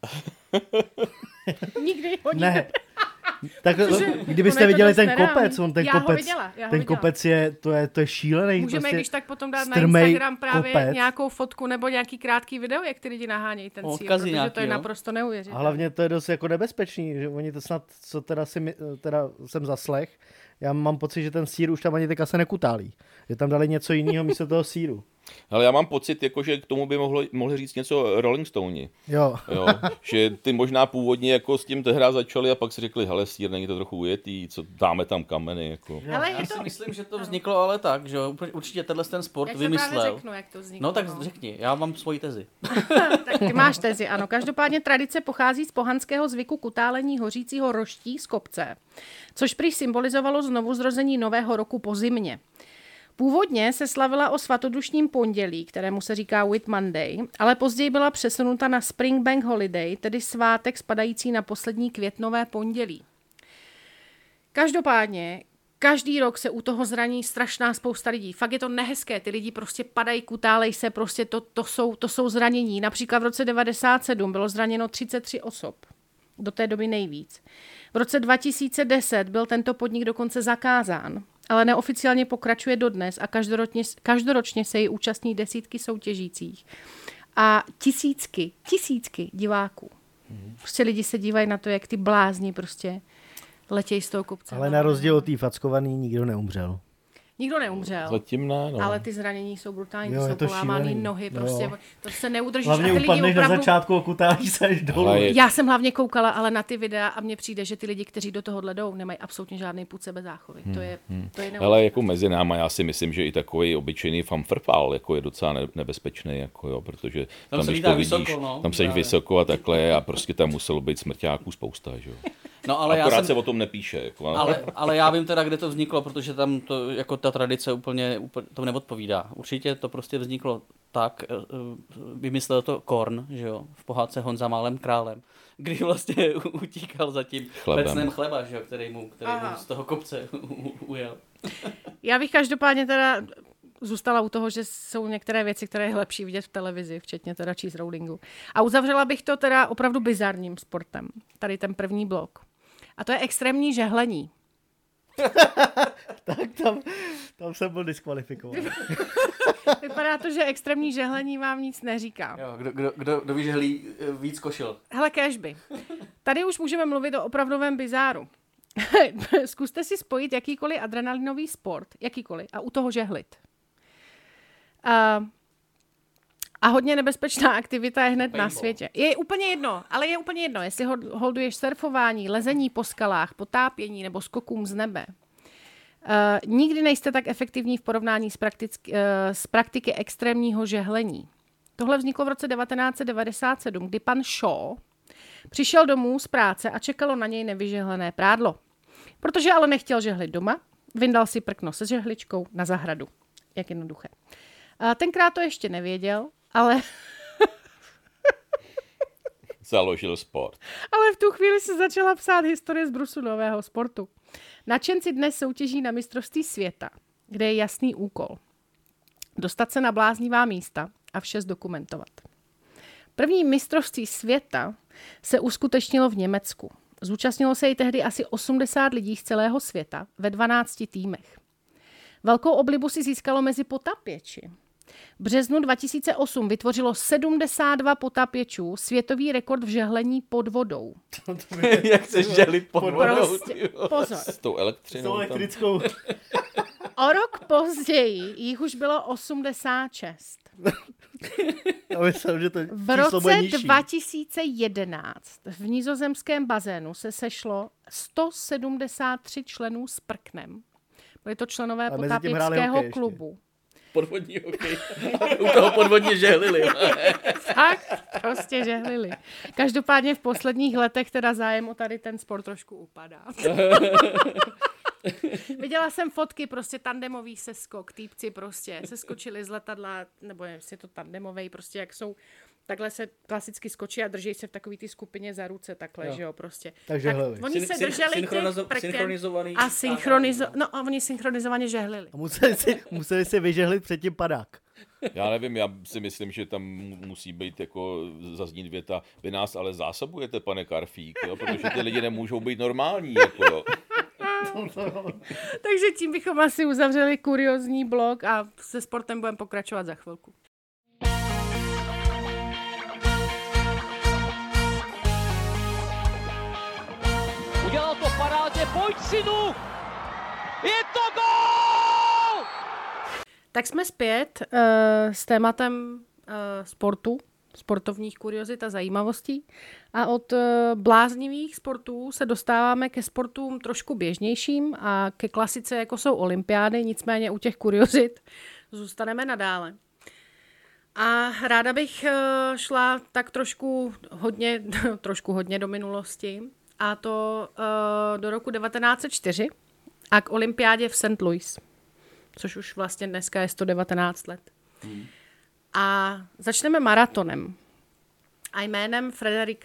Nikdy ho ne. Tak kdybyste viděli ten kopec, ten kopec je šílený. Můžeme prostě když tak potom dát na Instagram právě kopec. Nějakou fotku nebo nějaký krátký video, jak ty lidi nahánějí ten sýr, protože to je naprosto neuvěřitelné. A hlavně to je dost jako nebezpečný, že oni to snad, co teda jsem zaslech, já mám pocit, že ten sýr už tam ani teďka se nekutálí. Že tam dali něco jiného místo toho sýru. Ale já mám pocit, jako, že k tomu by mohli říct něco Rolling Stoney. Jo. Že ty možná původně jako s tím tehdy začali a pak si řekli, hele, sýr, není to trochu ujetý, co dáme tam kameny. Jako. Ale já si myslím, že to vzniklo ale tak, že určitě ten sport vymyslel. Já řeknu, jak to vzniklo. No tak řekni, já mám svoji tezi. Tak ty máš tezi, ano. Každopádně tradice pochází z pohanského zvyku kutálení hořícího roští z kopce, což prý symbolizovalo znovuzrození nového roku po zimě. Původně se slavila o svatodušním pondělí, kterému se říká Whit Monday, ale později byla přesunuta na Spring Bank Holiday, tedy svátek spadající na poslední květnové pondělí. Každopádně, každý rok se u toho zraní strašná spousta lidí. Fakt je to nehezké, ty lidi prostě padají, kutálej se, prostě to jsou zranění. Například v roce 1997 bylo zraněno 33 osob, do té doby nejvíc. V roce 2010 byl tento podnik dokonce zakázán, ale neoficiálně pokračuje dodnes a každoročně se jí účastní desítky soutěžících a tisícky diváků. Prostě lidi se dívají na to, jak ty blázni prostě letějí z toho kopce. Ale na rozdíl od té fackovaný nikdo neumřel. Nikdo neumřel. Zatím ne, no. Ale ty zranění jsou brutální, jsou polámaný nohy, prostě to se neudržíš. Hlavně a ty upadneš lidi opravdu... na začátku a kutáš se až dolů. Já jsem hlavně koukala ale na ty videa a mně přijde, že ty lidi, kteří do tohohle jdou, nemají absolutně žádný pud sebezáchovy. To je ale jako mezi náma já si myslím, že i takový obyčejný fanfrfál jako je docela nebezpečný, jako jo, protože tam když to vidíš, tam seš vysoko a takhle a prostě tam muselo být smrťáků spousta, že jo. No, ale akorát se o tom nepíše. Jako, ale já vím teda, kde to vzniklo, protože tam to, jako ta tradice úplně to neodpovídá. Určitě to prostě vzniklo tak, vymyslel to Korn, že jo, v pohádce Honza Málem králem, kdy vlastně utíkal za tím pecnem chleba, že jo, který mu z toho kopce ujel. Já bych každopádně teda zůstala u toho, že jsou některé věci, které je lepší vidět v televizi, včetně teda cheese rollingu. A uzavřela bych to teda opravdu bizarním sportem. Tady ten první blok. A to je extrémní žehlení. Tak tam jsem byl diskvalifikován. Vypadá to, že extrémní žehlení vám nic neříká. Jo, kdo vyžehlí víc košil? Hele, kéžby. Tady už můžeme mluvit o opravdovém bizáru. Zkuste si spojit jakýkoliv adrenalinový sport, jakýkoliv, a u toho žehlit. A hodně nebezpečná aktivita je hned na světě. Je úplně jedno, jestli holduješ surfování, lezení po skalách, potápění nebo skokům z nebe. Nikdy nejste tak efektivní v porovnání s praktiky extrémního žehlení. Tohle vzniklo v roce 1997, kdy pan Shaw přišel domů z práce a čekalo na něj nevyžehlené prádlo. Protože ale nechtěl žehlit doma, vyndal si prkno se žehličkou na zahradu. Jak jednoduché. Tenkrát to ještě nevěděl, ale... Založil sport. Ale v tu chvíli se začala psát historie z brusu nového sportu. Nadšenci dnes soutěží na mistrovství světa, kde je jasný úkol. Dostat se na bláznivá místa a vše zdokumentovat. První mistrovství světa se uskutečnilo v Německu. Zúčastnilo se jej tehdy asi 80 lidí z celého světa ve 12 týmech. Velkou oblibu si získalo mezi potapěči. V březnu 2008 vytvořilo 72 potapěčů světový rekord v žehlení pod vodou. Jak se žehlit pod vodou? Prostě, pozor. S tou elektřinou. S elektrickou. O rok později jich už bylo 86. Já myslím, že to v roce 2011 v nizozemském bazénu se sešlo 173 členů s prknem. Byli to členové potapěčského klubu. Podvodní hokej. U toho podvodně žehlili. Tak, prostě žehlili. Každopádně v posledních letech teda zájem o tady ten sport trošku upadá. Viděla jsem fotky, prostě tandemový seskok, týpci prostě seskočili z letadla, nebo jestli je to tandemovej, prostě jak jsou, takhle se klasicky skočí a drží se v takový ty skupině za ruce, takhle, že jo, prostě. Takže tak oni se drželi synchronizovaný a oni synchronizovaně žehlili. A museli si vyžehlit předtím padák. Já nevím, já si myslím, že tam musí být jako zaznít věta, vy nás ale zásobujete, pane Karfík, jo? Protože ty lidi nemůžou být normální, jako jo. Takže tím bychom asi uzavřeli kuriózní blok a se sportem budeme pokračovat za chvilku. Udělal to parádně, pojď synu! Je to gól! Tak jsme zpět s tématem sportu, sportovních kuriozit a zajímavostí. A od bláznivých sportů se dostáváme ke sportům trošku běžnějším a ke klasice, jako jsou olympiády, nicméně u těch kuriozit zůstaneme nadále. A ráda bych šla tak trošku hodně do minulosti, a to do roku 1904 a k olympiádě v St. Louis, což už vlastně dneska je 119 let. A začneme maratonem a jménem Frederick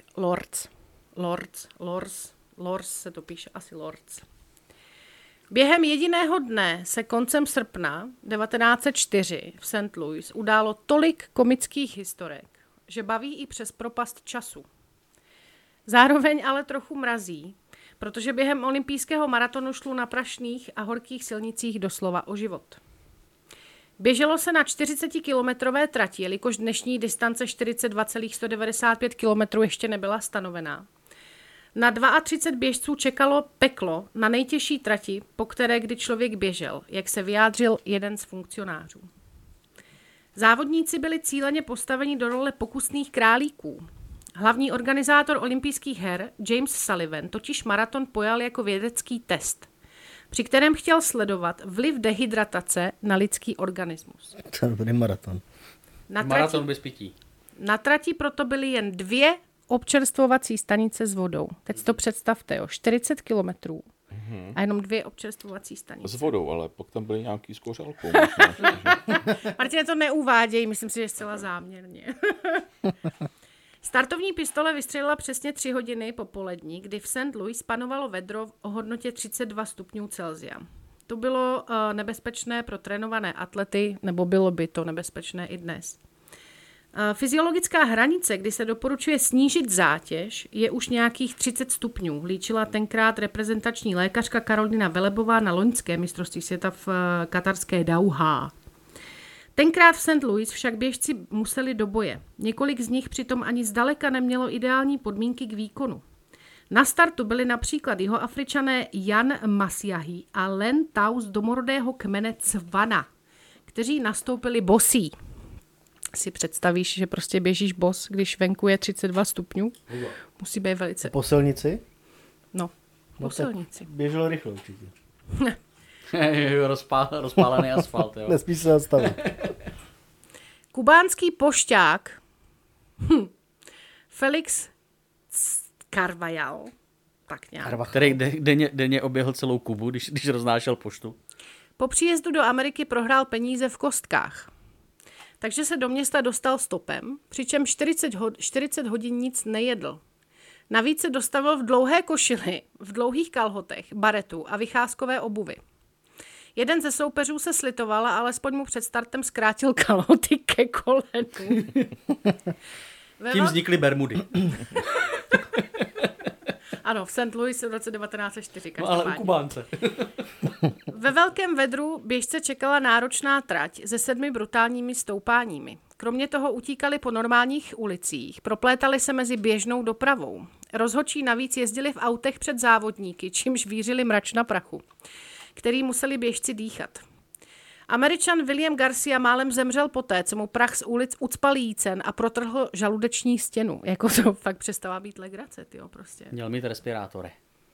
Lorz se to píše asi Lorz. Během jediného dne se koncem srpna 1904 v St. Louis událo tolik komických historek, že baví i přes propast času. Zároveň ale trochu mrazí, protože během olympijského maratonu šlo na prašných a horkých silnicích doslova o život. Běželo se na 40-kilometrové trati, jelikož dnešní distance 42,195 km ještě nebyla stanovená. Na 32 běžců čekalo peklo na nejtěžší trati, po které kdy člověk běžel, jak se vyjádřil jeden z funkcionářů. Závodníci byli cíleně postaveni do role pokusných králíků. Hlavní organizátor olympijských her James Sullivan totiž maraton pojal jako vědecký test, při kterém chtěl sledovat vliv dehydratace na lidský organismus. To je dobrý maraton. Maraton bez pití. Na trati proto byly jen 2 občerstvovací stanice s vodou. Teď si to představte, jo, 40 kilometrů a jenom 2 občerstvovací stanice. S vodou, ale pak tam byly nějaký s kořálkou. Martine, to neuvádějí, myslím si, že zcela záměrně. Startovní pistole vystřelila přesně 3 hodiny popolední, kdy v St. Louis panovalo vedro o hodnotě 32 stupňů Celsia. To bylo nebezpečné pro trénované atlety, nebo bylo by to nebezpečné i dnes. Fyziologická hranice, kdy se doporučuje snížit zátěž, je už nějakých 30 stupňů, líčila tenkrát reprezentační lékařka Karolina Velebová na loňské mistrovství světa v katarské Dauhá. Tenkrát v St. Louis však běžci museli do boje. Několik z nich přitom ani zdaleka nemělo ideální podmínky k výkonu. Na startu byli například Jihoafričané Jan Masiahi a Len Tau z domorodého kmene Cvana, kteří nastoupili bosí. Si představíš, že prostě běžíš bos, když venku je 32 stupňů? Musí být velice... Po silnici? No, po silnici. Běželo rychle určitě. Rozpálený asfalt, jo. Nesmíš se zastavit. Kubánský pošťák Felix Carvajal, tak nějak. Který denně oběhl celou Kubu, když roznášel poštu. Po příjezdu do Ameriky prohrál peníze v kostkách. Takže se do města dostal stopem, přičemž 40 hodin nic nejedl. Navíc se dostavil v dlouhé košili, v dlouhých kalhotech, baretu a vycházkové obuvi. Jeden ze soupeřů se slitoval a alespoň mu před startem zkrátil kalhoty ke kolenu. Tím vznikly Bermudy. Ano, v St. Louis v roce 1904. No ale u Kubánce. Ve velkém vedru běžce čekala náročná trať se 7 brutálními stoupáními. Kromě toho utíkali po normálních ulicích, proplétali se mezi běžnou dopravou. Rozhodčí navíc jezdili v autech před závodníky, čímž vířili mračna prachu, který museli běžci dýchat. Američan William Garcia málem zemřel poté, co mu prach z ulic ucpal jícen a protrhl žaludeční stěnu. Jako to fakt přestává být legrace, tyjo, prostě. Měl mít respirátory.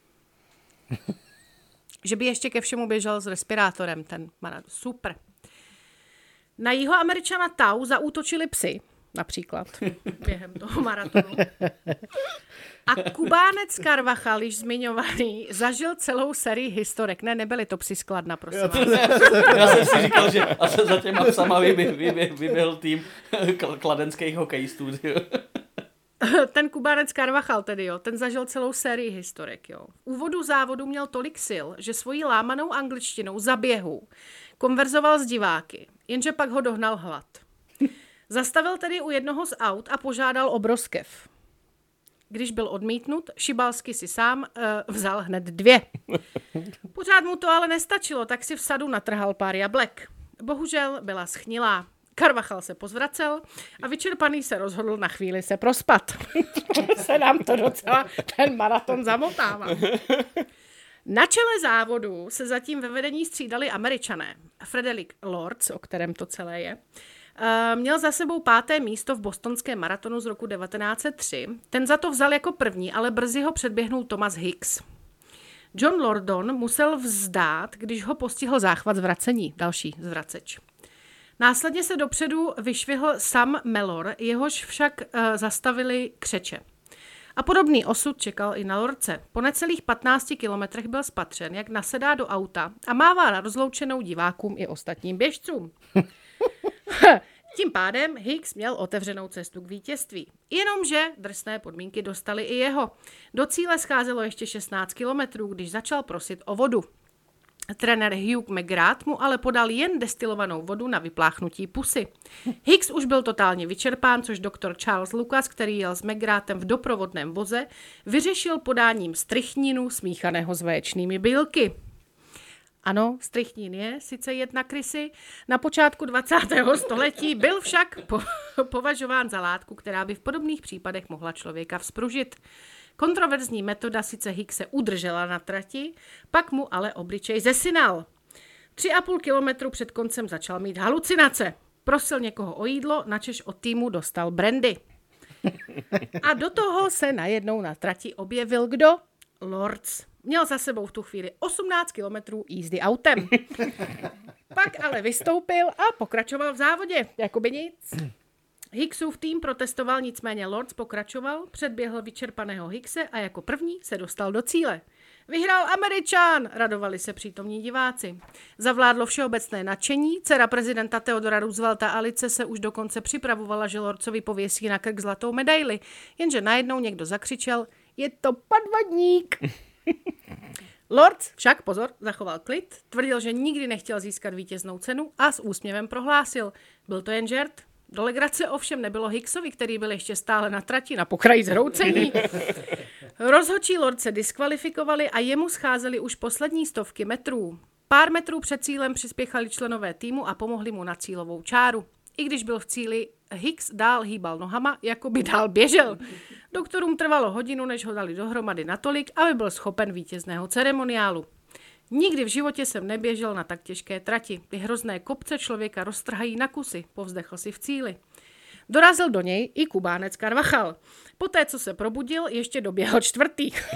Že by ještě ke všemu běžel s respirátorem ten maraton. Super. Na Jihoameričana Tau zaútočili psy, například, během toho maratonu. A Kubánec Carvajal, již zmiňovaný, zažil celou sérii historek. Ne, nebyly to psi z Kladna, prosím. Já jsem si říkal, že za těma psama vyběhl tým kladenských hokejistů. Ten Kubánec Carvajal tedy, jo, ten zažil celou sérii historek, jo. V úvodu závodu měl tolik sil, že svojí lámanou angličtinou za běhu konverzoval s diváky, jenže pak ho dohnal hlad. Zastavil tedy u jednoho z aut a požádal o broskev. Když byl odmítnut, Šibalsky si sám vzal hned 2. Pořád mu to ale nestačilo, tak si v sadu natrhal pár jablek. Bohužel byla schnilá. Carvajal se pozvracel a vyčerpaný se rozhodl na chvíli se prospat. Se nám to docela ten maraton zamotává. Na čele závodu se zatím ve vedení střídali Američané. Frederick Lords, o kterém to celé je, měl za sebou 5. místo v bostonském maratonu z roku 1903. Ten za to vzal jako první, ale brzy ho předběhnul Thomas Hicks. John Lordon musel vzdát, když ho postihl záchvat zvracení, další zvraceč. Následně se dopředu vyšvihl Sam Mellor, jehož však zastavili křeče. A podobný osud čekal i na Lorce. Po necelých 15 kilometrech byl spatřen, jak nasedá do auta a mává na rozloučenou divákům i ostatním běžcům. Tím pádem Hicks měl otevřenou cestu k vítězství. Jenomže drsné podmínky dostali i jeho. Do cíle scházelo ještě 16 kilometrů, když začal prosit o vodu. Trenér Hugh McGrath mu ale podal jen destilovanou vodu na vypláchnutí pusy. Hicks už byl totálně vyčerpán, což doktor Charles Lucas, který jel s McGrathem v doprovodném voze, vyřešil podáním strychninu smíchaného s vaječnými bílky. Ano, strychnín je sice jed na krysy, na počátku 20. století byl však považován za látku, která by v podobných případech mohla člověka vzpružit. Kontroverzní metoda sice Hickse udržela na trati, pak mu ale obličej zesinal. 3,5 kilometru před koncem začal mít halucinace. Prosil někoho o jídlo, načež od týmu dostal brandy. A do toho se najednou na trati objevil kdo? Lords. Měl za sebou v tu chvíli 18 kilometrů jízdy autem. Pak ale vystoupil a pokračoval v závodě, jako by nic. Hicksův tým protestoval, nicméně Lords pokračoval, předběhl vyčerpaného Hickse a jako první se dostal do cíle. Vyhrál Američan, radovali se přítomní diváci. Zavládlo všeobecné nadšení, dcera prezidenta Theodora Roosevelta Alice se už dokonce připravovala, že Lordsovi pověsí na krk zlatou medaili, jenže najednou někdo zakřičel, je to podvodník. Lords však, pozor, zachoval klid, tvrdil, že nikdy nechtěl získat vítěznou cenu a s úsměvem prohlásil, byl to jen žert. Do legrace ovšem nebylo Hicksovi, který byl ještě stále na trati na pokraji zhroucení. Rozhodčí Lordse diskvalifikovali a jemu scházely už poslední stovky metrů. Pár metrů před cílem přispěchali členové týmu a pomohli mu na cílovou čáru. I když byl v cíli, Hicks dál hýbal nohama, jako by dál běžel. Doktorům trvalo hodinu, než ho dali dohromady natolik, aby byl schopen vítězného ceremoniálu. Nikdy v životě jsem neběžel na tak těžké trati. Ty hrozné kopce člověka roztrhají na kusy, povzdechl si v cíli. Dorazil do něj i Kubánec Carvajal. Poté, co se probudil, ještě doběhl 4.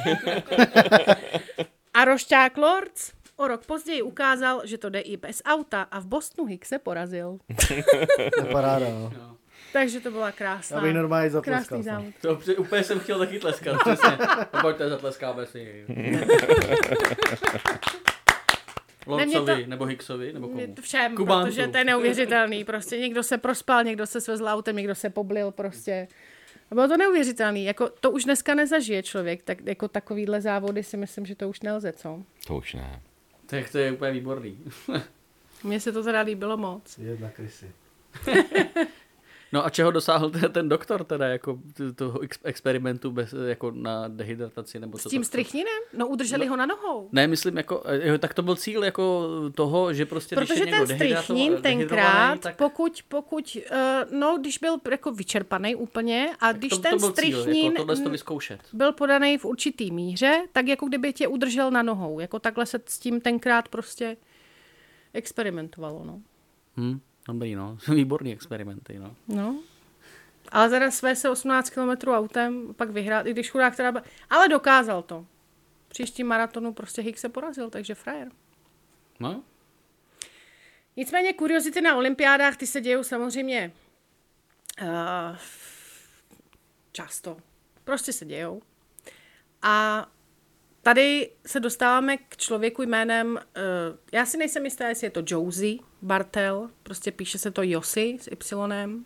A rošťák Lords o rok později ukázal, že to jde i bez auta a v Bostonu Hickse porazil. To je paráda, no. Takže to byla krásná. Já bych normálně zatleskal. Krásný závod. To úplně jsem chtěl taky tleskat, přesně. Pojďte, zatleskáme si. Lorcovi, nebo Hicksovi, nebo komu? Všem, protože to je neuvěřitelný. Prostě někdo se prospal, někdo se svezl autem, někdo se poblil prostě. A bylo to neuvěřitelný. Jako, to už dneska nezažije člověk. Tak, jako takovýhle závody si myslím, že to už nelze, co? To už ne. Tak to je úplně výborný. Mně se to teda líbilo moc. Jedna krysy. No a čeho dosáhl ten doktor teda, jako toho experimentu bez, jako na dehydrataci? Nebo s tím strychninem? No udrželi ho na nohou. Ne, myslím, jako, tak to byl cíl jako toho, že prostě protože když je někdo strychnin tenkrát, tak... pokud když byl jako vyčerpaný úplně a když ten strychnin jako byl podaný v určitý míře, tak jako kdyby tě udržel na nohou. Jako takhle se s tím tenkrát prostě experimentovalo, no. Dobrý, no. Výborný experimenty, no. No. Ale teda své se 18 km autem, pak vyhrát, i když chudák teda... Ale dokázal to. V příštím maratonu prostě Hick se porazil, takže frajer. No. Nicméně kuriozity na olympiádách, ty se dějou samozřejmě často. Prostě se dějou. A tady se dostáváme k člověku jménem, já si nejsem jistá, jestli je to Josie Bartel, prostě píše se to Josi s Y.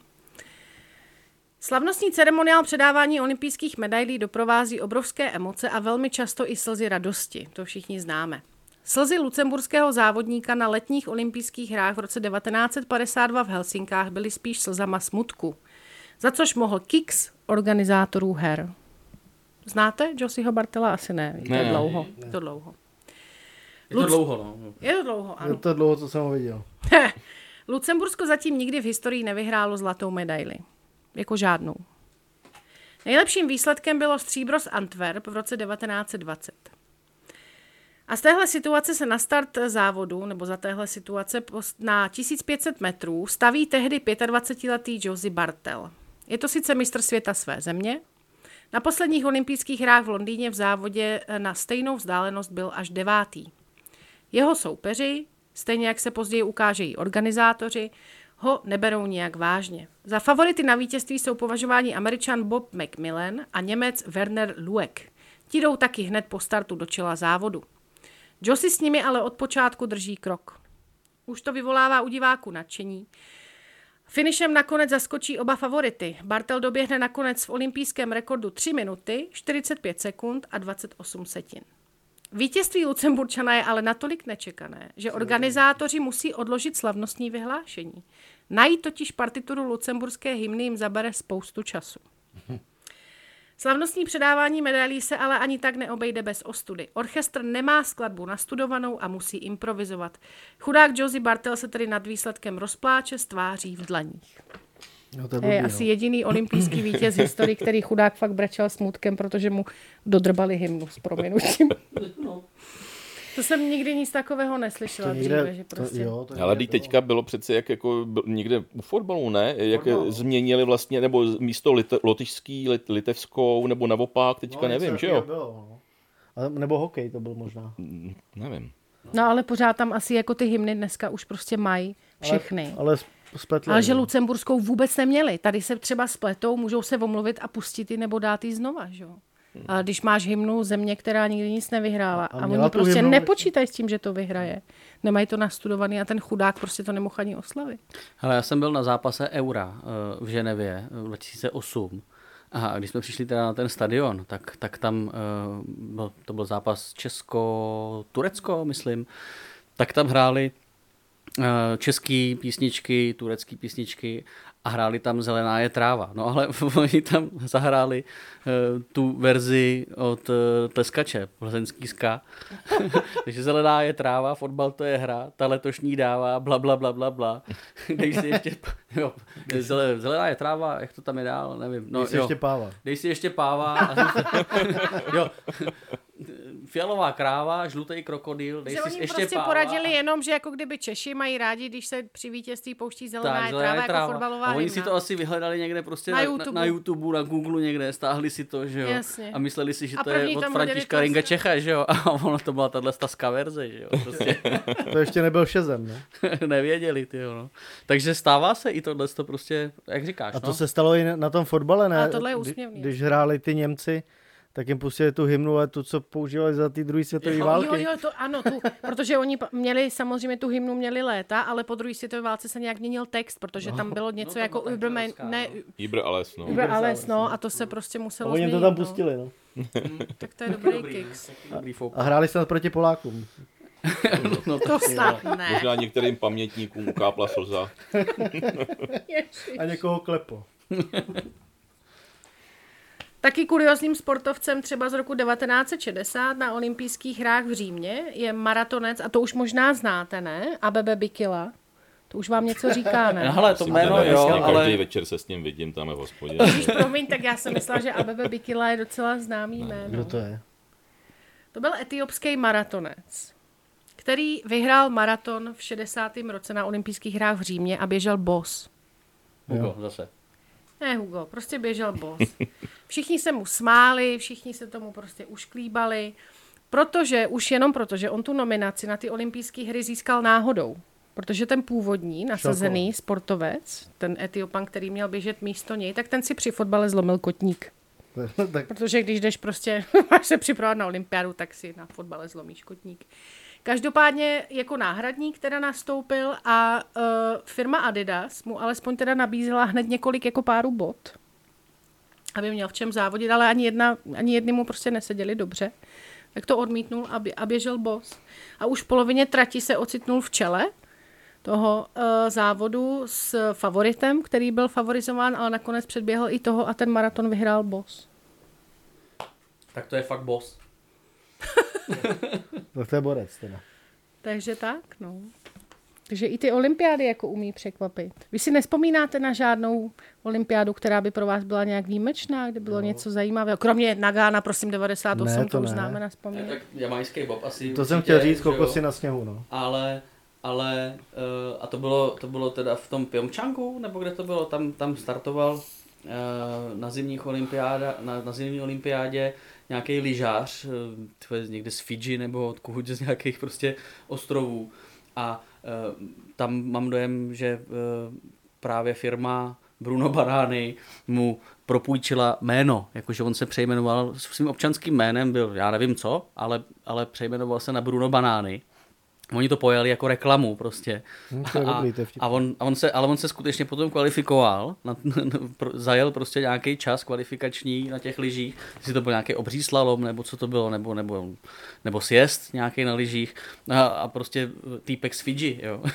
Slavnostní ceremoniál předávání olympijských medailí doprovází obrovské emoce a velmi často i slzy radosti, to všichni známe. Slzy lucemburského závodníka na letních olympijských hrách v roce 1952 v Helsinkách byly spíš slzama smutku, za což mohl kiks organizátorů her. Znáte Josieho Bartela? Asi ne. Je to dlouho. Je to dlouho, no. Je to dlouho, ano. Je to dlouho, co jsem ho viděl. Lucembursko zatím nikdy v historii nevyhrálo zlatou medaili. Jako žádnou. Nejlepším výsledkem bylo stříbro z Antwerp v roce 1920. A z téhle situace se na start závodu, nebo za téhle situace na 1500 metrů staví tehdy 25letý Josie Bartel. Je to sice mistr světa své země. Na posledních olympijských hrách v Londýně v závodě na stejnou vzdálenost byl až 9. Jeho soupeři, stejně jak se později ukážejí organizátoři, ho neberou nijak vážně. Za favority na vítězství jsou považováni Američan Bob McMillan a Němec Werner Lueck. Ti jdou taky hned po startu do čela závodu. Josie s nimi ale od počátku drží krok. Už to vyvolává u diváků nadšení. Finišem nakonec zaskočí oba favority. Bartel doběhne nakonec v olympijském rekordu 3 minuty, 45 sekund a 28 setin. Vítězství Lucemburčana je ale natolik nečekané, že organizátoři musí odložit slavnostní vyhlášení. Najít totiž partituru lucemburské hymny jim zabere spoustu času. Slavnostní předávání medailí se ale ani tak neobejde bez ostudy. Orchestr nemá skladbu nastudovanou a musí improvizovat. Chudák Josie Bartel se tedy nad výsledkem rozpláče s tváří v dlaních. No, to je asi jediný olympijský vítěz v historii, který chudák fakt brečel smutkem, protože mu dodrbali hymnu s prominutím. No. To jsem nikdy nic takového neslyšela dříve, že prostě... Ale teďka bylo přece jak jako někde u fotbalu, ne? Jak změnili vlastně, nebo místo lotyšský, litevskou, nebo naopak, teďka nevím, že jo? Bylo, no. Nebo hokej to byl možná. Nevím. No ale pořád tam asi jako ty hymny dneska už prostě mají všechny. Ale spletli. Ale že lucemburskou vůbec neměli. Tady se třeba spletou, můžou se omluvit a pustit ji nebo dát ji znova, že jo? A když máš hymnu země, která nikdy nic nevyhrála a oni prostě nepočítají s tím, že to vyhraje. Nemají to nastudovaný a ten chudák prostě to nemohl ani oslavit. Hele, já jsem byl na zápase Eura v Ženevě v 2008 a když jsme přišli teda na ten stadion, tak tam to byl zápas Česko-Turecko, myslím, tak tam hráli český písničky, turecký písničky a hráli tam Zelená je tráva. No ale oni tam zahráli tu verzi od Tleskače, plzeňský ska. Takže Zelená je tráva, fotbal to je hra, ta letošní dává, bla, bla, bla, bla, bla. Dej si ještě, jo, Zelená je tráva, jak to tam je dál, nevím. No, dej si ještě páva. Dej si ještě páva. Jo. Fialová kráva, žlutý krokodýl, dej si oni ještě prostě páva. poradili jenom, že jako kdyby Češi mají rádi, když se při vítězství pouští Zelená je tráva jako fotbalová hymna. Oni si to asi vyhledali někde prostě na YouTube, na Google někde, stáhli si to, že jo. Jasně. A mysleli si, že to je od Františka Ringa Čecha, že jo. A ono to byla tato ska verze, že jo. Prostě. To ještě nebyl Šezem, ne? Nevěděli, ty jo, no. Takže stává se i tohle, to prostě, jak říkáš, a to se stalo i na tom fotbale, ne? A tohle je úsměvný. Když hráli ty Němci tak jim pustili tu hymnu a tu, co používali za ty druhé světové války. Jo, to ano, protože oni měli samozřejmě tu hymnu měli léta, ale po druhé světové válce se nějak měnil text, protože tam bylo něco jako Über alles, no. Über alles, no, a to se prostě muselo změnit. Oni to tam pustili, no. Tak to je dobrý kicks. A hráli snad proti Polákům. No to snad ne. Možná některým pamětníkům ukápla slza. A někoho klepo. Taky kuriózním sportovcem třeba z roku 1960 na olympijských hrách v Římě je maratonec, a to už možná znáte, ne? Abebe Bikila. To už vám něco říká, ne? Hele, to jméno, jo, ale... Každý večer se s ním vidím tam v hospodě. Promiň, tak já jsem myslela, že Abebe Bikila je docela známý jméno. Kdo to je? To byl etiopský maratonec, který vyhrál maraton v 60. roce na olympijských hrách v Římě a běžel bos. Hugo, zase. Ne, Hugo, prostě běžel bos. Všichni se mu smáli, všichni se tomu prostě ušklíbali, protože on tu nominaci na ty olympijské hry získal náhodou. Protože ten původní nasazený sportovec, ten Etiopan, který měl běžet místo něj, tak ten si při fotbale zlomil kotník. Protože když jdeš prostě, máš se připravovat na olympiádu, tak si na fotbale zlomíš kotník. Každopádně jako náhradník teda nastoupil a firma Adidas mu alespoň teda nabízela hned několik jako párů bot, aby měl v čem závodit, ale ani jedny mu prostě neseděli dobře. Tak to odmítnul a běžel bos. A už v polovině trati se ocitnul v čele toho závodu s favoritem, který byl favorizován, ale nakonec předběhl i toho a ten maraton vyhrál bos. Tak to je fakt bos. To je borec teda. Takže tak, no. Takže i ty olympiády jako umí překvapit. Vy si nevzpomínáte na žádnou olympiádu, která by pro vás byla nějak výjimečná, kde bylo něco zajímavého? Kromě Nagana, prosím, 98, ne, to už známe na vzpomínání. Tak jamajský bob asi. To určitě, jsem chtěl říct, kokosy na sněhu, no. Ale a to bylo teda v tom Pyeongchangu, nebo kde to bylo? Tam startoval na zimní olympiádě nějaký lyžář, někde z Fidži nebo odkud z nějakých prostě ostrovů. A tam mám dojem, že právě firma Bruno Banani mu propůjčila jméno, jakože on se přejmenoval, svým občanským jménem byl, já nevím co, ale přejmenoval se na Bruno Banani. Oni to pojali jako reklamu prostě. Ale on se skutečně potom kvalifikoval, zajel prostě nějaký čas kvalifikační na těch lyžích, jestli to byl nějaký obří slalom, nebo co to bylo, nebo sjezd nějaký na lyžích a prostě týpek z Fidži, jo.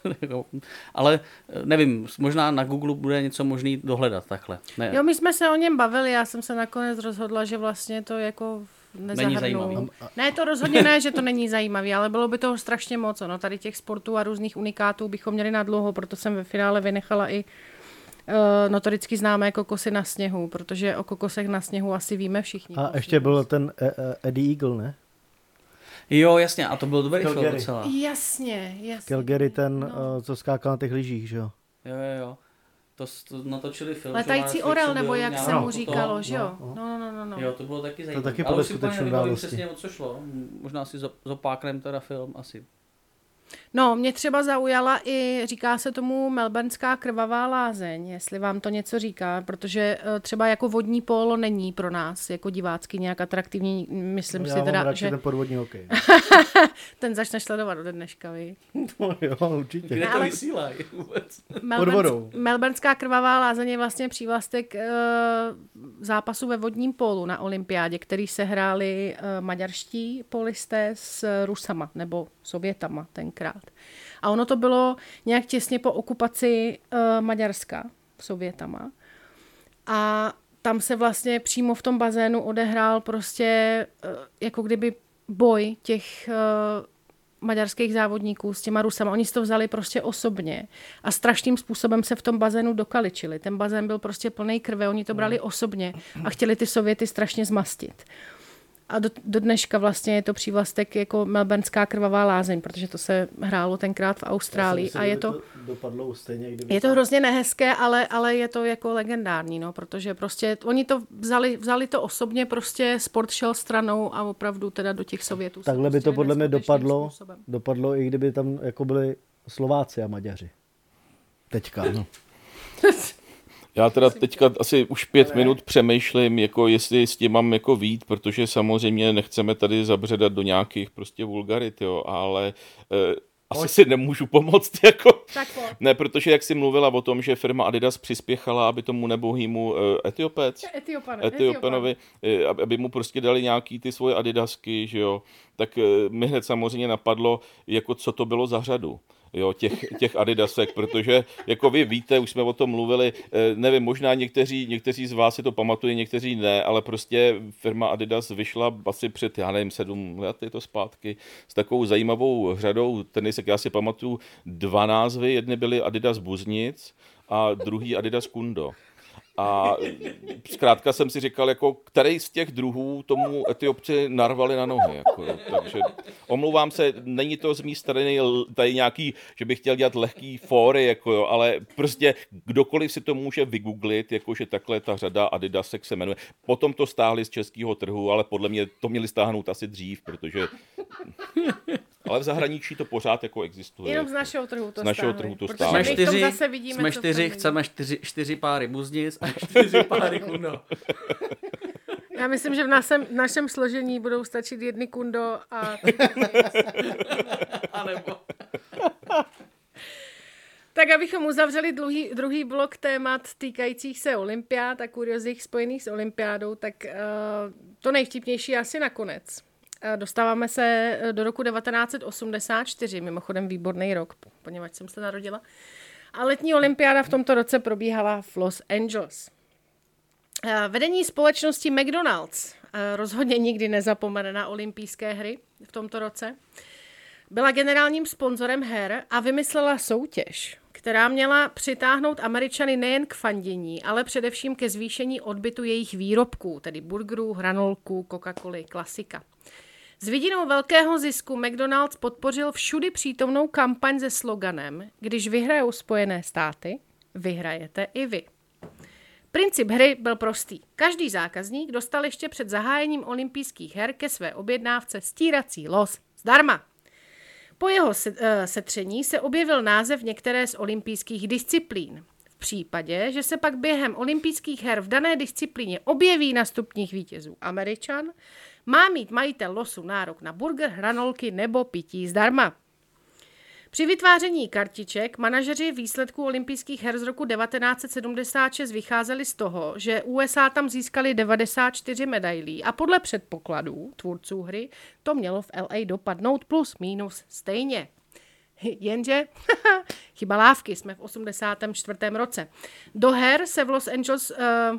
Ale nevím, možná na Google bude něco možný dohledat takhle. Ne. Jo, my jsme se o něm bavili, já jsem se nakonec rozhodla, že vlastně to jako není zajímavý. Ne, to rozhodně ne, že to není zajímavý, ale bylo by toho strašně moc. No, tady těch sportů a různých unikátů bychom měli na dlouho, proto jsem ve finále vynechala i notoricky známé kokosy na sněhu, protože o kokosech na sněhu asi víme všichni. A ještě byl ten Eddie Eagle, ne? Jo, jasně, a to byl dobrý film docela. Jasně. Calgary, ten, co skákal na těch lyžích, že jo? Jo. To natočili film. Letající orel, nebo jak se mu říkalo, že jo? No. Jo, to bylo taky zajímavé. To taky podle skutečnou události. Přesně o co šlo. Možná si zopáknem teda film asi. No, mě třeba zaujala i, říká se tomu Melbournská krvavá lázeň, jestli vám to něco říká, protože třeba jako vodní pólo není pro nás jako divácky nějak atraktivní, myslím si teda, radši ten podvodní hokej. Ten začneš sledovat do dneška, vy. No jo, určitě. Kde to vysílají vůbec? Pod vodou. Melbournská krvavá lázeň je vlastně přívlastek zápasu ve vodním pólu na olympiádě, který se hráli maďarští pólisté s Rusama, nebo Sovětama tenkrát. A ono to bylo nějak těsně po okupaci Maďarska Sovětama. A tam se vlastně přímo v tom bazénu odehrál prostě jako kdyby boj těch maďarských závodníků s těma Rusama. Oni si to vzali prostě osobně a strašným způsobem se v tom bazénu dokaličili. Ten bazén byl prostě plný krve, oni to brali osobně a chtěli ty Sověty strašně zmastit. A do dneška vlastně je to přívlastek jako Melbournská krvavá lázeň, protože to se hrálo tenkrát v Austrálii. A je to dopadlo stejně, je to hrozně nehezké, ale je to jako legendární, no, protože prostě oni to vzali to osobně, prostě sport šel stranou a opravdu teda do těch Sovětů. Takhle by to podle mě dopadlo, i kdyby tam jako byli Slováci a Maďaři. Teďka. No. Já teda teďka asi už 5 minut přemýšlím, jako jestli s tím mám jako vyjít, protože samozřejmě nechceme tady zabředat do nějakých prostě vulgarit, jo, ale asi si nemůžu pomoct, jako. Ne, protože jak jsi mluvila o tom, že firma Adidas přispěchala, aby tomu nebohýmu Etiopanovi, aby mu prostě dali nějaký ty svoje Adidasky, že jo, tak mi hned samozřejmě napadlo, jako co to bylo za řadu. Jo, těch Adidasek, protože jako vy víte, už jsme o tom mluvili, nevím, možná někteří z vás si to pamatují, někteří ne, ale prostě firma Adidas vyšla asi před, 7 let je to zpátky, s takovou zajímavou řadou tenisek. Já si pamatuju 2 názvy, jedny byly Adidas Buznic a druhý Adidas Kundo. A zkrátka jsem si říkal, jako, který z těch druhů tomu Etiopci narvali na nohy. Jako, takže omlouvám se, není to z mý strany tady nějaký, že bych chtěl dělat lehký fóry, jako, ale prostě kdokoliv si to může vygooglit, jakože takhle ta řada Adidasek se jmenuje. Potom to stáhli z českého trhu, ale podle mě to měli stáhnout asi dřív, protože... Ale v zahraničí to pořád jako existuje. Jenom z našeho trhu to stáhli. Z našeho trhu to stáhli. Jsme 4, chceme 4 páry buznic a 4 páry Kundo. Já myslím, že v našem složení budou stačit jedny Kundo a... Tak abychom uzavřeli druhý blok témat týkajících se olympiád a kuriozích spojených s olympiádou, tak to nejvtipnější asi nakonec. Dostáváme se do roku 1984, mimochodem výborný rok, poněvadž jsem se narodila. A letní olympiáda v tomto roce probíhala v Los Angeles. Vedení společnosti McDonald's rozhodně nikdy nezapomene na olympijské hry v tomto roce. Byla generálním sponzorem her a vymyslela soutěž, která měla přitáhnout Američany nejen k fandění, ale především ke zvýšení odbytu jejich výrobků, tedy burgerů, hranolků, Coca-Coly, klasika. S vidinou velkého zisku McDonald's podpořil všudy přítomnou kampaň se sloganem: když vyhrajou Spojené státy, vyhrajete i vy. Princip hry byl prostý. Každý zákazník dostal ještě před zahájením olympijských her ke své objednávce stírací los zdarma. Po jeho setření se objevil název některé z olympijských disciplín. V případě, že se pak během olympijských her v dané disciplíně objeví na stupních vítězů Američan, má mít majitel losu nárok na burger, hranolky nebo pití zdarma. Při vytváření kartiček manažeři výsledků olympijských her z roku 1976 vycházeli z toho, že USA tam získali 94 medailí a podle předpokladů tvůrců hry to mělo v LA dopadnout plus minus stejně. Jenže chyba lávky, jsme v 84. roce. Do her se v Los Angeles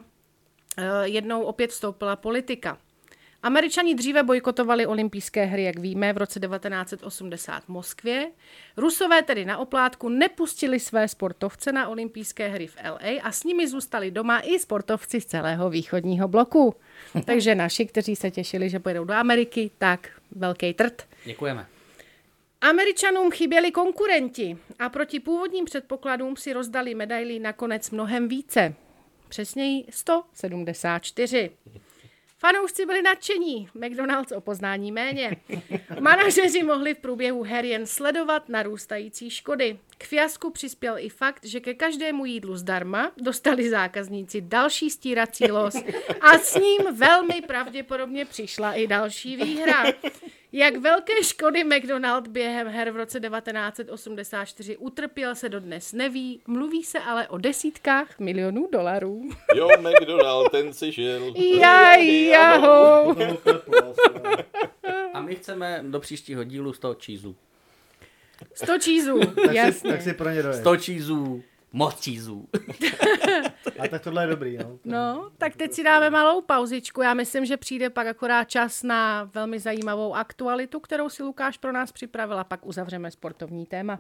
jednou opět vstoupila politika. Američani dříve bojkotovali olympijské hry, jak víme, v roce 1980 v Moskvě. Rusové tedy na oplátku nepustili své sportovce na olympijské hry v LA a s nimi zůstali doma i sportovci z celého východního bloku. Takže naši, kteří se těšili, že pojedou do Ameriky, tak velký trt. Děkujeme. Američanům chyběli konkurenti a proti původním předpokladům si rozdali medailí nakonec mnohem více. Přesněji 174. Fanoušci byli nadšení, McDonald's o poznání méně. Manažeři mohli v průběhu her jen sledovat narůstající škody. K fiasku přispěl i fakt, že ke každému jídlu zdarma dostali zákazníci další stírací los a s ním velmi pravděpodobně přišla i další výhra. Jak velké škody McDonald během her v roce 1984 utrpěl, se dodnes neví, mluví se ale o desítkách milionů dolarů. Jo, McDonald, ten si žil. Jaho. A my chceme do příštího dílu 100 cheeseů. 100 cheeseů, jasně. Tak si pro ně dojde. 100 cheeseů, moc cheeseů. A tak tohle je dobrý, no. No, tak teď si dáme malou pauzičku. Já myslím, že přijde pak akorát čas na velmi zajímavou aktualitu, kterou si Lukáš pro nás připravil, a pak uzavřeme sportovní téma.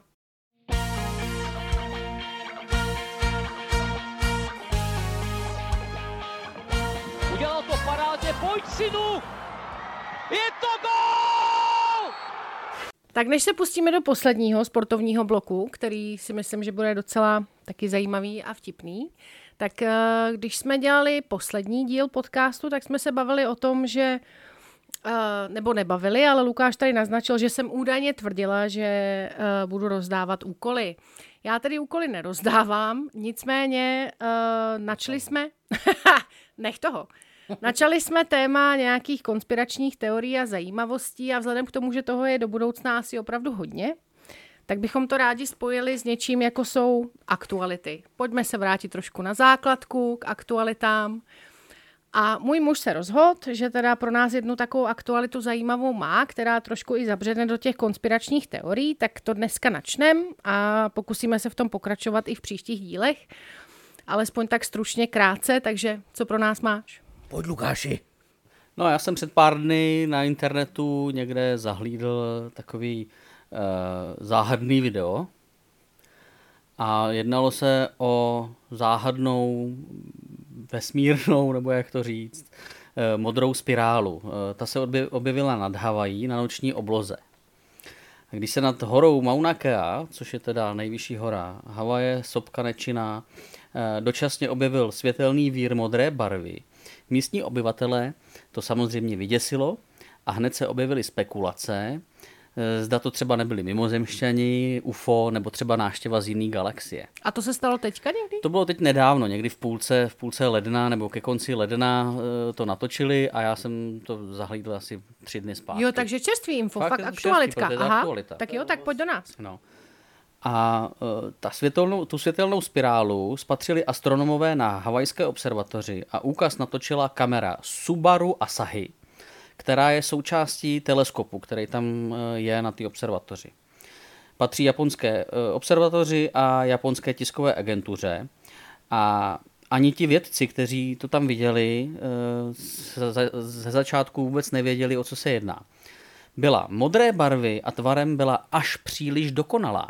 Udělal to parádně, pojď synu! Je to gól! Tak než se pustíme do posledního sportovního bloku, který si myslím, že bude docela taky zajímavý a vtipný, tak když jsme dělali poslední díl podcastu, tak jsme se bavili o tom, že nebo nebavily, ale Lukáš tady naznačil, že jsem údajně tvrdila, že budu rozdávat úkoly. Já tedy úkoly nerozdávám, nicméně načali jsme... Nech toho. Načali jsme téma nějakých konspiračních teorií a zajímavostí a vzhledem k tomu, že toho je do budoucna asi opravdu hodně, tak bychom to rádi spojili s něčím, jako jsou aktuality. Pojďme se vrátit trošku na základku, k aktualitám. A můj muž se rozhodl, že teda pro nás jednu takovou aktualitu zajímavou má, která trošku i zabředne do těch konspiračních teorií, tak to dneska načnem a pokusíme se v tom pokračovat i v příštích dílech. Alespoň tak stručně, krátce, takže co pro nás máš? Pojď, Lukáši. No, já jsem před pár dny na internetu někde zahlídl takový záhadný video a jednalo se o záhadnou vesmírnou, nebo jak to říct, modrou spirálu. Ta se objevila nad Havají na noční obloze. Když se nad horou Mauna Kea, což je teda nejvyšší hora Havaje, sopka nečinná, dočasně objevil světelný vír modré barvy, místní obyvatelé to samozřejmě vyděsilo a hned se objevily spekulace, zda to třeba nebyli mimozemšťani, UFO nebo třeba návštěva z jiné galaxie. A to se stalo teďka někdy? To bylo teď nedávno, někdy v půlce ledna nebo ke konci ledna to natočili a já jsem to zahlídl asi 3 dny zpátky. Jo, takže čerstvý info, fakt aktualitka. Aha, aktualita. Tak jo, tak pojď do nás. No. A tu světelnou spirálu spatřili astronomové na havajské observatoři a úkaz natočila kamera Subaru Asahi, která je součástí teleskopu, který tam je na té observatoři. Patří japonské observatoři a japonské tiskové agentuře a ani ti vědci, kteří to tam viděli, ze začátku vůbec nevěděli, o co se jedná. Byla modré barvy a tvarem byla až příliš dokonalá.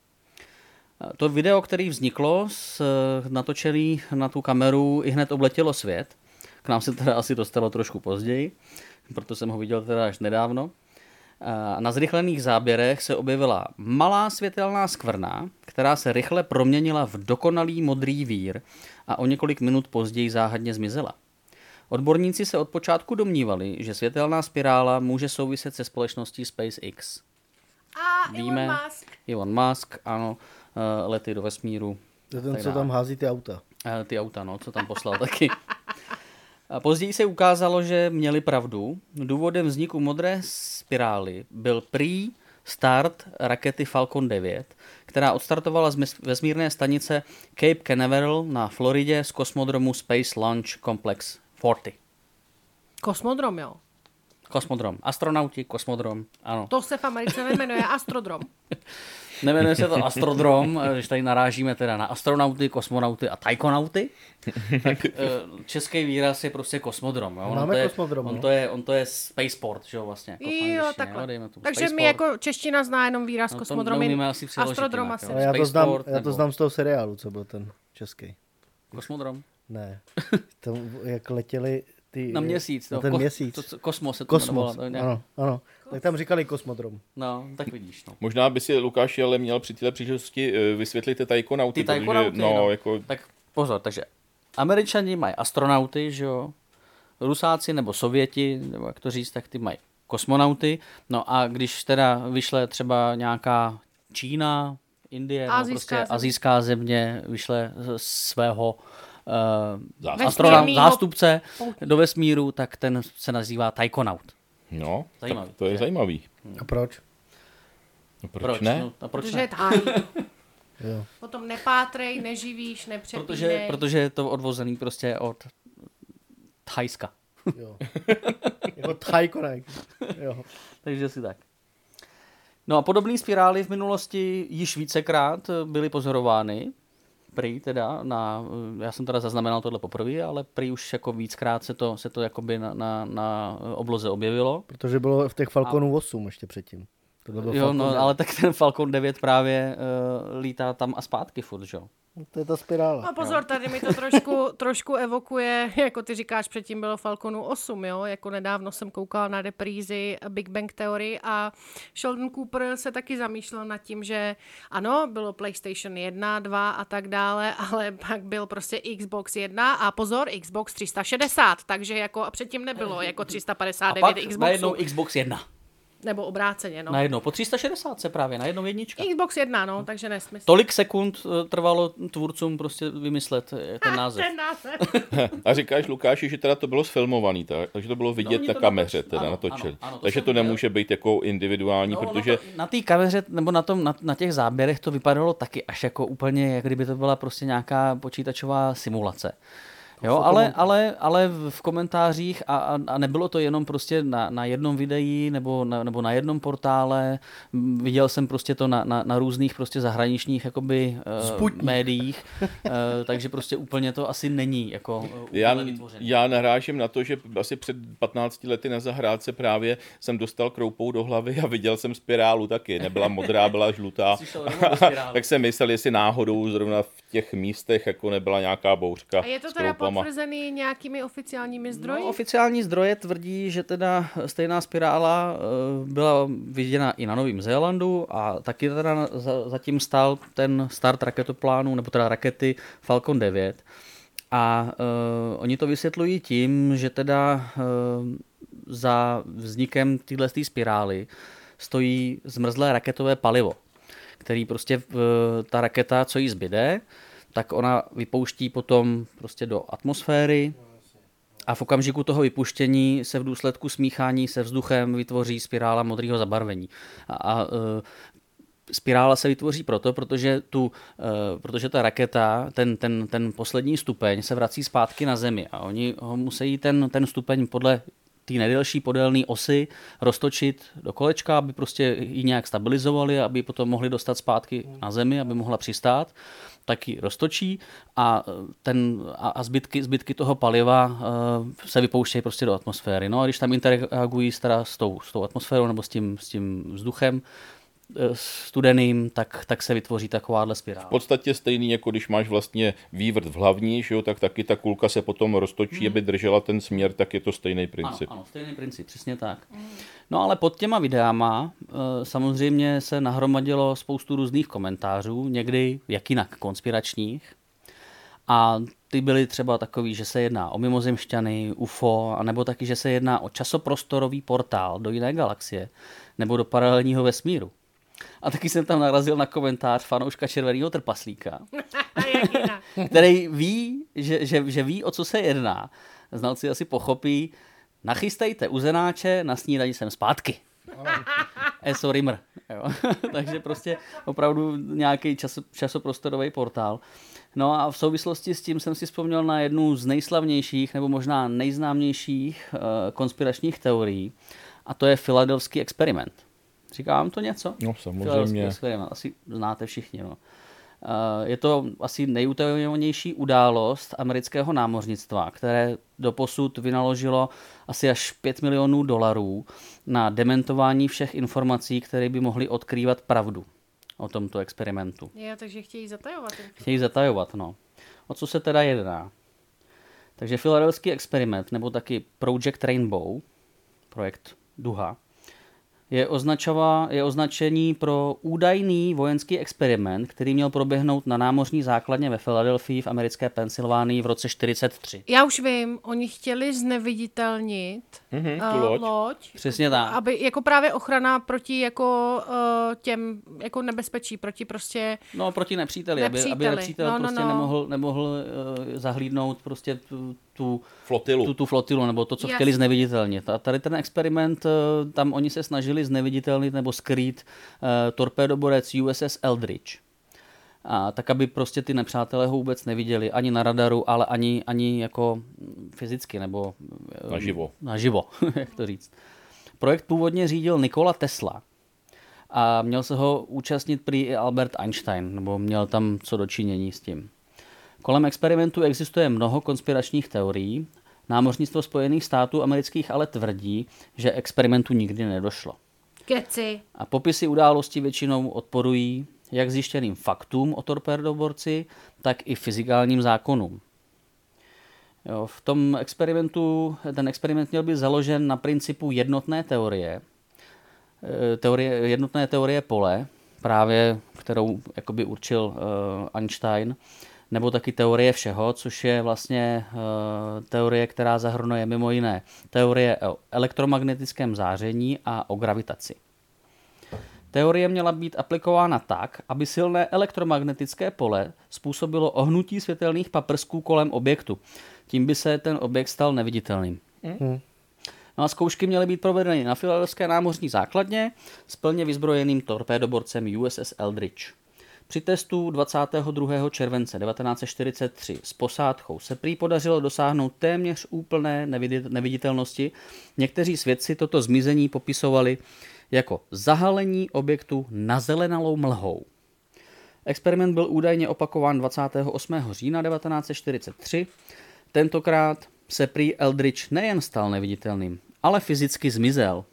To video, které vzniklo, natočený na tu kameru, i hned obletělo svět. K nám se teda asi dostalo trošku později, proto jsem ho viděl teda až nedávno. Na zrychlených záběrech se objevila malá světelná skvrna, která se rychle proměnila v dokonalý modrý vír a o několik minut později záhadně zmizela. Odborníci se od počátku domnívali, že světelná spirála může souviset se společností SpaceX. A Elon Musk, ano, lety do vesmíru. To ten, co tam hází ty auta. Ty auta, no, co tam poslal taky. A později se ukázalo, že měli pravdu. Důvodem vzniku modré spirály byl prý start rakety Falcon 9, která odstartovala z vesmírné stanice Cape Canaveral na Floridě z kosmodromu Space Launch Complex 40. Kosmodrom, jo? Kosmodrom. Astronauti, kosmodrom, ano. To se v Americe nejmenuje Astrodrom. Nemenuje se to Astrodrom, když tady narážíme teda na astronauty, kosmonauty a tajkonauty, tak český výraz je prostě kosmodrom. Jo? Máme kosmodrom. On to je spaceport, že jo, vlastně. Jo, takhle. Takže mi jako čeština zná jenom výraz kosmodrom. Astrodrom asi. Já to znám z toho seriálu, co byl ten český. Kosmodrom? Ne. Tam, jak letěli na měsíc. Na ten měsíc. Kosmos se to jmenovalo. Ano. Tak tam říkali kosmodrom. No, tak vidíš. No. Možná by si Lukáš ale měl při této příležitosti vysvětlit ty tajkonauty. Ty tajkonauty, Jako... Tak pozor, takže Američani mají astronauty, že jo? Rusáci nebo Sověti, nebo jak to říct, tak ty mají kosmonauty. No a když teda vyšle třeba nějaká Čína, Indie, azijská země vyšle svého zástupce do vesmíru, tak ten se nazývá tajkonaut. No, to je zajímavý. A proč? No, proč ne? No, a proč protože je táhý. Potom nepátrej, neživíš, nepřepínej. Protože je to odvozený prostě od Thajska. Jo. Jako tajkonek. Jo. Takže si tak. No a podobné spirály v minulosti již vícekrát byly pozorovány. Prý teda, já jsem teda zaznamenal tohle poprvé, ale prý už jako víckrát se to jakoby na obloze objevilo. Protože bylo v těch Falconů 8 ještě předtím. Jo, no, ale tak ten Falcon 9 právě lítá tam a zpátky furt, že jo? To je ta spirála. No pozor, tady mi to trošku evokuje, jako ty říkáš, předtím bylo Falconu 8, jo? Jako nedávno jsem koukala na reprízy Big Bang Theory a Sheldon Cooper se taky zamýšlel nad tím, že ano, bylo PlayStation 1, 2 a tak dále, ale pak byl prostě Xbox 1 a pozor, Xbox 360, takže jako a předtím nebylo jako 359 a pak Xboxů. najednou Xbox 1. Nebo obráceně, no. Najednou, po 360 se právě, najednou jednička. Xbox 1, no, takže nesmysl. Tolik sekund trvalo tvůrcům prostě vymyslet ten název. Ten název. A říkáš, Lukáši, že teda to bylo sfilmovaný, tak? Takže to bylo vidět na kameře, teda natočili. Takže to nemůže být jako individuální, protože... Na té kameře, nebo na těch záběrech to vypadalo taky až jako úplně, jak kdyby to byla prostě nějaká počítačová simulace. Jo, ale v komentářích a nebylo to jenom prostě na jednom videu nebo na jednom portále, viděl jsem prostě to na různých prostě zahraničních jakoby médiích, takže prostě úplně to asi není jako vytvořené. Já narážím na to, že asi před 15 lety na zahrádce právě jsem dostal kroupou do hlavy a viděl jsem spirálu taky, nebyla modrá, byla žlutá, tak jsem myslel, jestli náhodou zrovna v těch místech jako nebyla nějaká bouřka. A je to teda potvrzený nějakými oficiálními zdroji? No, oficiální zdroje tvrdí, že teda stejná spirála byla viděna i na Novém Zélandu a taky teda zatím stál ten start raketoplánu, nebo teda rakety Falcon 9. A oni to vysvětlují tím, že teda za vznikem téhle spirály stojí zmrzlé raketové palivo, který prostě ta raketa, co jí zbyde, tak ona vypouští potom prostě do atmosféry a v okamžiku toho vypuštění se v důsledku smíchání se vzduchem vytvoří spirála modrého zabarvení. A spirála se vytvoří protože ta raketa, ten poslední stupeň se vrací zpátky na Zemi a oni ho musí ten stupeň podle té nejdelší podélné osy roztočit do kolečka, aby prostě ji nějak stabilizovali, aby potom mohli dostat zpátky na Zemi, aby mohla přistát, tak ji roztočí a zbytky toho paliva se vypouštějí prostě do atmosféry. No a když tam interagují s tou atmosférou nebo s tím vzduchem studeným, tak se vytvoří takováhle spirála. V podstatě stejný, jako když máš vlastně vývrt v hlavní, že jo, tak taky ta kulka se potom roztočí, aby držela ten směr, tak je to stejný princip. Ano, stejný princip, přesně tak. No ale pod těma videama samozřejmě se nahromadilo spoustu různých komentářů, někdy jak jinak konspiračních. A ty byly třeba takový, že se jedná o mimozemšťany, UFO, anebo taky, že se jedná o časoprostorový portál do jiné galaxie nebo do paralelního vesmíru. A taky jsem tam narazil na komentář fanouška Červeného trpaslíka, který ví, že ví, o co se jedná. Znalci asi pochopí, nachystejte uzenáče, na snídani jsem zpátky. Eso Rimmer. Takže prostě opravdu nějaký časoprostorový portál. No a v souvislosti s tím jsem si vzpomněl na jednu z nejslavnějších nebo možná nejznámějších konspiračních teorií a to je Filadelfský experiment. Říká vám to něco? No samozřejmě. Asi znáte všichni. No. Je to asi nejutajovanější událost amerického námořnictva, které doposud vynaložilo asi až $5 milionů na dementování všech informací, které by mohly odkrývat pravdu o tomto experimentu. Takže chtějí zatajovat. Chtějí zatajovat, no. O co se teda jedná? Takže Filadelfský experiment, nebo taky Project Rainbow, projekt Duha, je označení pro údajný vojenský experiment, který měl proběhnout na námořní základně ve Filadelfii v americké Pensylvánii v roce 1943. Já už vím, oni chtěli zneviditelnit tu loď. Přesně tak. Aby jako právě ochrana proti jako těm jako nebezpečí, proti prostě... No, proti nepříteli. Aby nepřítel nemohl zahlídnout prostě tu flotilu, nebo to, co chtěli zneviditelnit. A tady ten experiment, tam oni se snažili zneviditelnit nebo skrýt torpédoborec USS Eldridge. A tak, aby prostě ty nepřátelé ho vůbec neviděli ani na radaru, ale ani jako fyzicky, nebo naživo, jak to říct. Projekt původně řídil Nikola Tesla a měl se ho účastnit prý i Albert Einstein, nebo měl tam co dočinění s tím. Kolem experimentu existuje mnoho konspiračních teorií. Námořnictvo Spojených států amerických ale tvrdí, že experimentu nikdy nedošlo. Keci. A popisy událostí většinou odporují jak zjištěným faktům o torpédoborci, tak i fyzikálním zákonům. Jo, v tom experimentu, ten experiment měl být založen na principu jednotné teorie pole, právě kterou jakoby určil Einstein, nebo taky teorie všeho, což je vlastně teorie, která zahrnuje mimo jiné teorie o elektromagnetickém záření a o gravitaci. Teorie měla být aplikována tak, aby silné elektromagnetické pole způsobilo ohnutí světelných paprsků kolem objektu. Tím by se ten objekt stal neviditelným. No a zkoušky měly být provedeny na Filadelfské námořní základně s plně vyzbrojeným torpédoborcem USS Eldridge. Při testu 22. července 1943 s posádkou se prý podařilo dosáhnout téměř úplné neviditelnosti. Někteří svědci toto zmizení popisovali jako zahalení objektu nazelenalou mlhou. Experiment byl údajně opakován 28. října 1943. Tentokrát se prý Eldridge nejen stal neviditelným, ale fyzicky zmizel.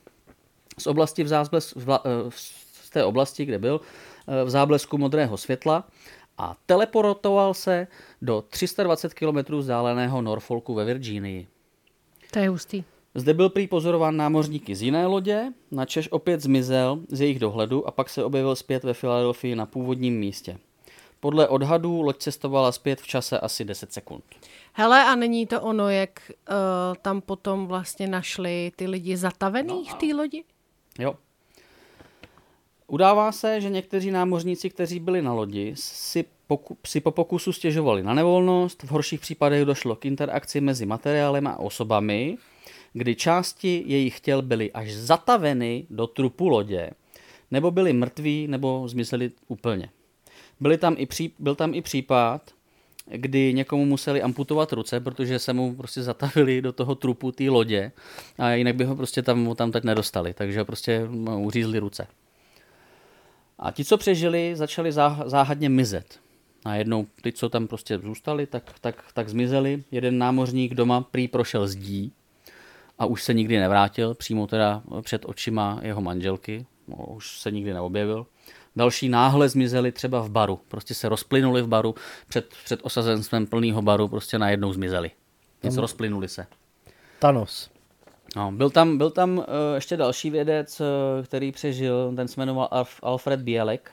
Z té oblasti, kde byl, v záblesku modrého světla a teleportoval se do 320 km vzdáleného Norfolku ve Virginii. To je hustý. Zde byl prý pozorován námořníky z jiné lodě, načež opět zmizel z jejich dohledu a pak se objevil zpět ve Filadelfii na původním místě. Podle odhadů loď cestovala zpět v čase asi 10 sekund. Hele, a není to ono, jak tam potom vlastně našli ty lidi zatavený v té lodi? Jo. Udává se, že někteří námořníci, kteří byli na lodi, si po pokusu stěžovali na nevolnost, v horších případech došlo k interakci mezi materiálem a osobami, kdy části jejich těl byly až zataveny do trupu lodě, nebo byli mrtví, nebo zmizeli úplně. Byl tam i případ, kdy někomu museli amputovat ruce, protože se mu prostě zatavili do toho trupu té lodě a jinak by ho prostě tam teď nedostali, takže prostě uřízli ruce. A ti, co přežili, začali záhadně mizet. Najednou ty, co tam prostě zůstali, tak zmizeli. Jeden námořník doma prý prošel zdí a už se nikdy nevrátil, přímo teda před očima jeho manželky. Už se nikdy neobjevil. Další náhle zmizeli třeba v baru. Prostě se rozplynuli v baru před osazenstvem plného baru, prostě najednou zmizeli. Nic rozplynuli se. Thanos. No, byl tam ještě další vědec, který přežil, ten se jmenoval Alfred Bielek.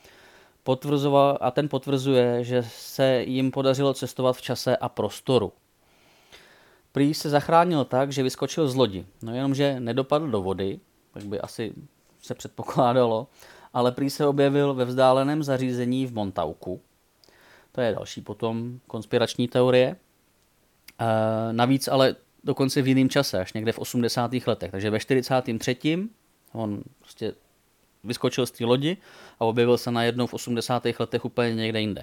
Ten potvrzuje, že se jim podařilo cestovat v čase a prostoru. Prý se zachránil tak, že vyskočil z lodi. No jenomže nedopadl do vody, tak by asi se předpokládalo, ale prý se objevil ve vzdáleném zařízení v Montauku. To je další potom konspirační teorie. Navíc ale dokonce v jiném čase, až někde v 80. letech. Takže ve 43. on prostě vyskočil z té lodi a objevil se najednou v 80. letech úplně někde jinde.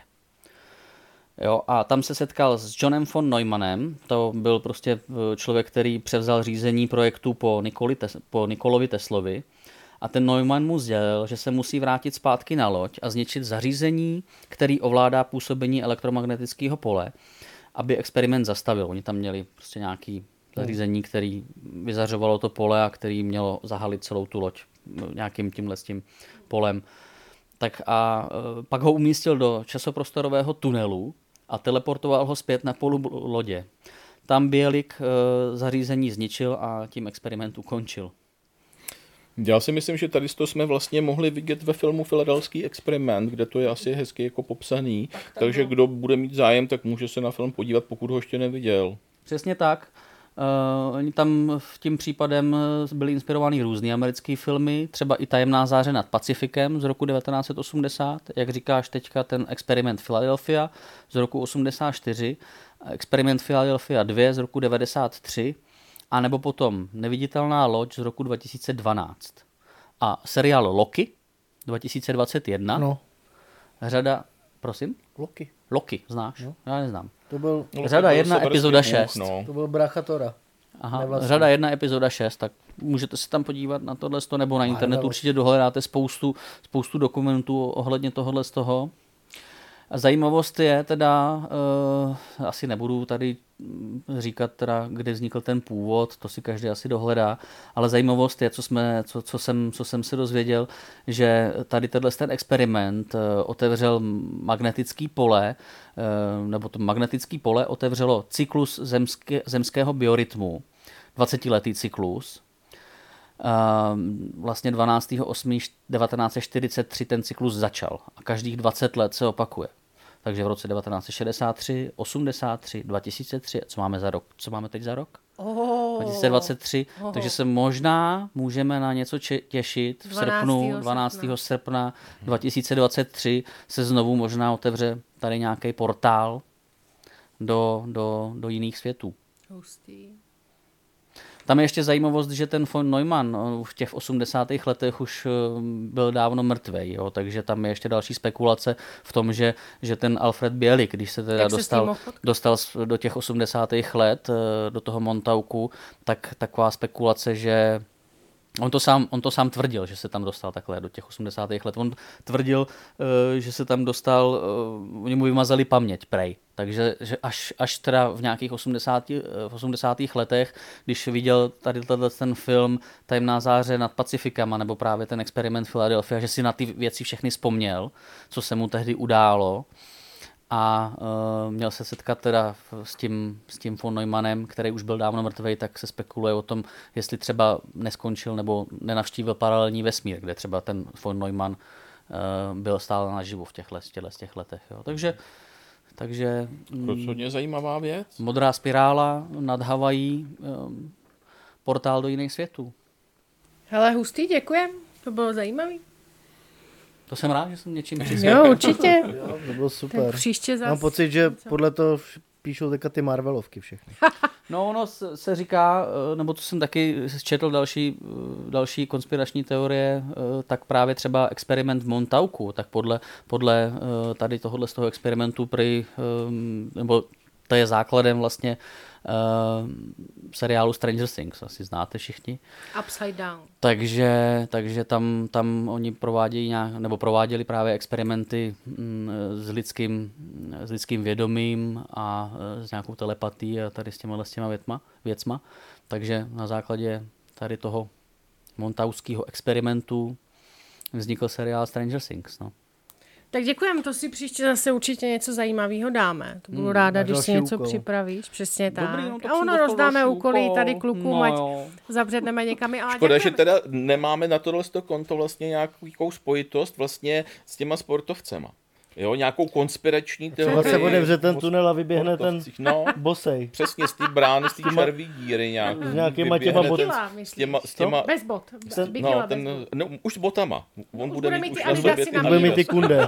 Jo, a tam se setkal s Johnem von Neumannem, to byl prostě člověk, který převzal řízení projektu po Nikolovi Teslovi. A ten Neumann mu sdělil, že se musí vrátit zpátky na loď a zničit zařízení, který ovládá působení elektromagnetického pole, aby experiment zastavil. Oni tam měli prostě nějaký zařízení, který vyzařovalo to pole a který mělo zahalit celou tu loď nějakým tímhletím polem. Tak a pak ho umístil do časoprostorového tunelu a teleportoval ho zpět na polu lodě. Tam Bielik zařízení zničil a tím experiment ukončil. Já si myslím, že tady to jsme vlastně mohli vidět ve filmu Filadelfský experiment, kde to je asi hezky jako popsaný, takže kdo bude mít zájem, tak může se na film podívat, pokud ho ještě neviděl. Přesně tak. Oni tam v tím případem byly inspirovány různý americké filmy, třeba i Tajemná záře nad Pacifikem z roku 1980, jak říkáš teďka ten Experiment Philadelphia z roku 84, Experiment Philadelphia 2 z roku 93, a nebo potom Neviditelná loď z roku 2012 a seriál Loki 2021. No. Řada, prosím? Loki, znáš? No. Já neznám. To byl řada 1, epizoda 6. No. To byl brácha Tora. Aha, řada 1, epizoda 6, tak můžete se tam podívat na tohle nebo na internetu určitě dohledáte spoustu dokumentů ohledně tohohle z toho. Zajímavost je teda, asi nebudu tady říkat teda, kde vznikl ten původ, to si každý asi dohledá, ale zajímavost je, co jsem se dozvěděl, že tady ten experiment otevřel magnetický pole, nebo to magnetický pole otevřelo cyklus zemského biorytmu, 20letý cyklus. Vlastně 12.8.1943 ten cyklus začal a každých 20 let se opakuje. Takže v roce 1963, 83, 2003, co máme za rok? Co máme teď za rok? 2023, takže se možná můžeme na něco těšit v srpnu, 12. srpna 2023 se znovu možná otevře tady nějaký portál do jiných světů. Hustý. Tam je ještě zajímavost, že ten von Neumann v těch 80. letech už byl dávno mrtvej, jo? Takže tam je ještě další spekulace v tom, že ten Alfred Bielik, když se teda dostal do těch 80. let, do toho Montauku, tak taková spekulace, že on to sám tvrdil, že se tam dostal takhle do těch 80. let. On tvrdil, že se tam dostal, oni mu vymazali paměť, prej. Takže že až teda v nějakých 80. letech, když viděl tady ten film Tajemná záře nad Pacifikama, nebo právě ten experiment Philadelphia, že si na ty věci všechny vzpomněl, co se mu tehdy událo. A měl se setkat teda s tím von Neumannem, který už byl dávno mrtvej, tak se spekuluje o tom, jestli třeba neskončil nebo nenavštívil paralelní vesmír, kde třeba ten von Neumann byl stále naživu v těchto letech. Jo. Takže rozhodně zajímavá věc. Modrá spirála nad Havají, portál do jiných světů. Hele, hustý, děkujem, to bylo zajímavý. To jsem rád, že jsem něčím přispěl. Jo, určitě. Jo, to bylo super. Tak příště zase. Mám pocit, že podle toho píšou teďka ty Marvelovky všechny. No, ono se říká, nebo to jsem taky četl další konspirační teorie, tak právě třeba experiment v Montauku, tak podle tady tohohle z toho experimentu nebo to je základem vlastně seriálu Stranger Things, asi znáte všichni. Upside Down. Takže tam oni prováděli právě experimenty s lidským vědomím a s nějakou telepatií a tady s těma věcma. Takže na základě tady toho montauského experimentu vznikl seriál Stranger Things. No. Tak děkujem, to si příště zase určitě něco zajímavého dáme. To budu ráda, když si něco připravíš. Přesně tak. Dobrý, no, a ono rozdáme úkoly tady klukům, ať zabředneme někam. Škoda, že teda nemáme na tohle konto vlastně nějakou spojitost vlastně s těma sportovcema. Jo, nějakou konspirační teorii. Třeba se otevře ten tunel a vyběhne ten bosej. Přesně, z té brány, z té červí díry nějak. S nějakýma těma boty. Bez bot. Už s botama. On bude mít už na sobě bude mít ty kunde.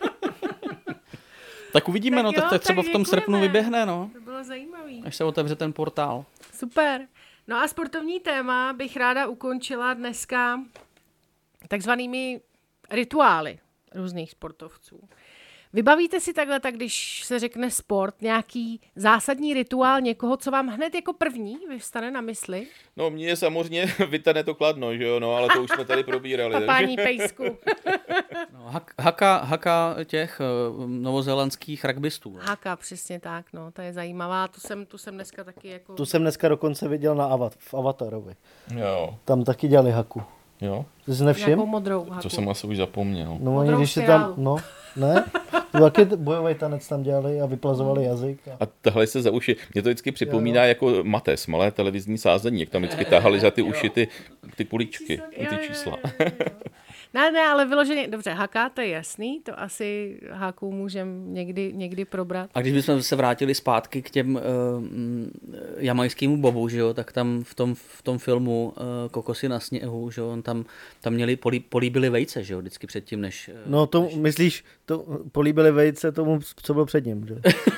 Tak uvidíme, tak třeba v tom srpnu vyběhne, no. To bylo zajímavý. Až se otevře ten portál. Super. No a sportovní téma bych ráda ukončila dneska takzvanými rituály různých sportovců. Vybavíte si takhle, tak když se řekne sport, nějaký zásadní rituál někoho, co vám hned jako první vyvstane na mysli? No, mně samozřejmě vytane to Kladno, že jo, no, ale to už jsme tady probírali. Papání pejsku. No, haka těch novozélandských rugbystů. No. Haka, přesně tak, no, to je zajímavá, tu jsem dneska taky jako... Tu jsem dneska dokonce viděl v Avatarovi. Jo. Tam taky dělali haku. Jo. Ty jsi nevšim? Nějakou modrou haku. To jsem asi už zapomněl. No, oni když si tam, ne? To taky bojový tanec tam dělali a vyplazovali jazyk. A tahali se za uši. Mě to vždycky připomíná jako Mates, malé televizní sázení, jak tam vždycky tahali za ty uši ty kulíčky, ty čísla. Ne, ale vyloženě, dobře, haka, to je jasný, to asi háků můžeme někdy probrat. A když bychom se vrátili zpátky k těm jamajskému bobu, že jo, tak tam v tom filmu Kokosy na sněhu, že jo, on tam měli políbili vejce, že jo, vždycky předtím, než... No to myslíš, to políbili vejce tomu, co bylo před ním, že?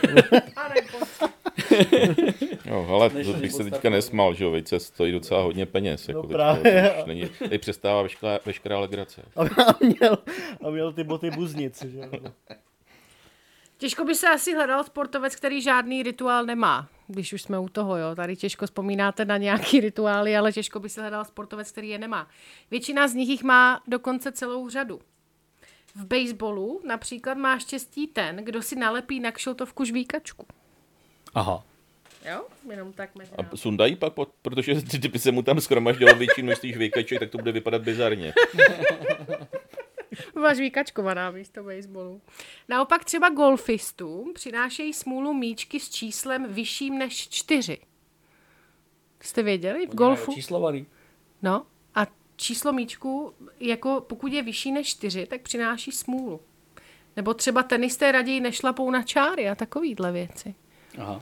Jo, ale to bych se teďka nesmal, že jo, vejce stojí docela hodně peněz. Jako no právě. Teď přestává veškerá legrace. A měl ty boty buznic, že jo. Těžko by se asi hledal sportovec, který žádný rituál nemá, když už jsme u toho, jo. Tady těžko vzpomínáte na nějaký rituály, ale těžko by se hledal sportovec, který je nemá. Většina z nich jich má dokonce celou řadu. V baseballu například má štěstí ten, kdo si nalepí na kšiltovku žvíkačku. Aha. Jo, jenom tak mezi A sundají pak, protože kdyby se mu tam shromaždilo větší množství žvíkaček, tak to bude vypadat bizarně. Máš žvíkačkovaná místo baseballu. Naopak třeba golfistům přinášejí smůlu míčky s číslem vyšším než 4. Jste věděli v golfu? Číslovaný. No a číslo míčku, jako pokud je vyšší než 4, tak přináší smůlu. Nebo třeba tenisté raději nešlapou na čáry a takovýhle věci. Aha.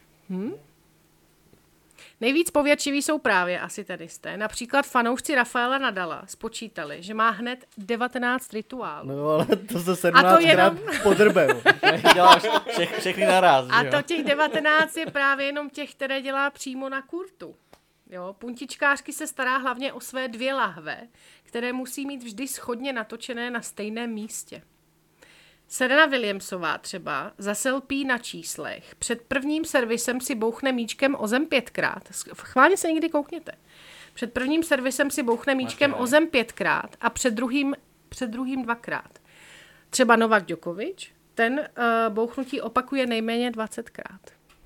Nejvíc pověrčiví jsou právě asi tenisté. Například fanoušci Rafaela Nadala spočítali, že má hned 19 rituálů. No ale to se 17krát podrbem. Děláš všechny naraz. A to těch 19 je právě jenom těch, které dělá přímo na kurtu. Jo, puntičkářky se stará hlavně o své 2 lahve, které musí mít vždy shodně natočené na stejném místě. Serena Williamsová třeba zase lpí na číslech. Před prvním servisem si bouchne míčkem o zem 5krát. Chválně se někdy koukněte. Před prvním servisem si bouchne míčkem o zem 5krát a před druhým 2krát. Třeba Novak Djokovic, ten bouchnutí opakuje nejméně 20krát.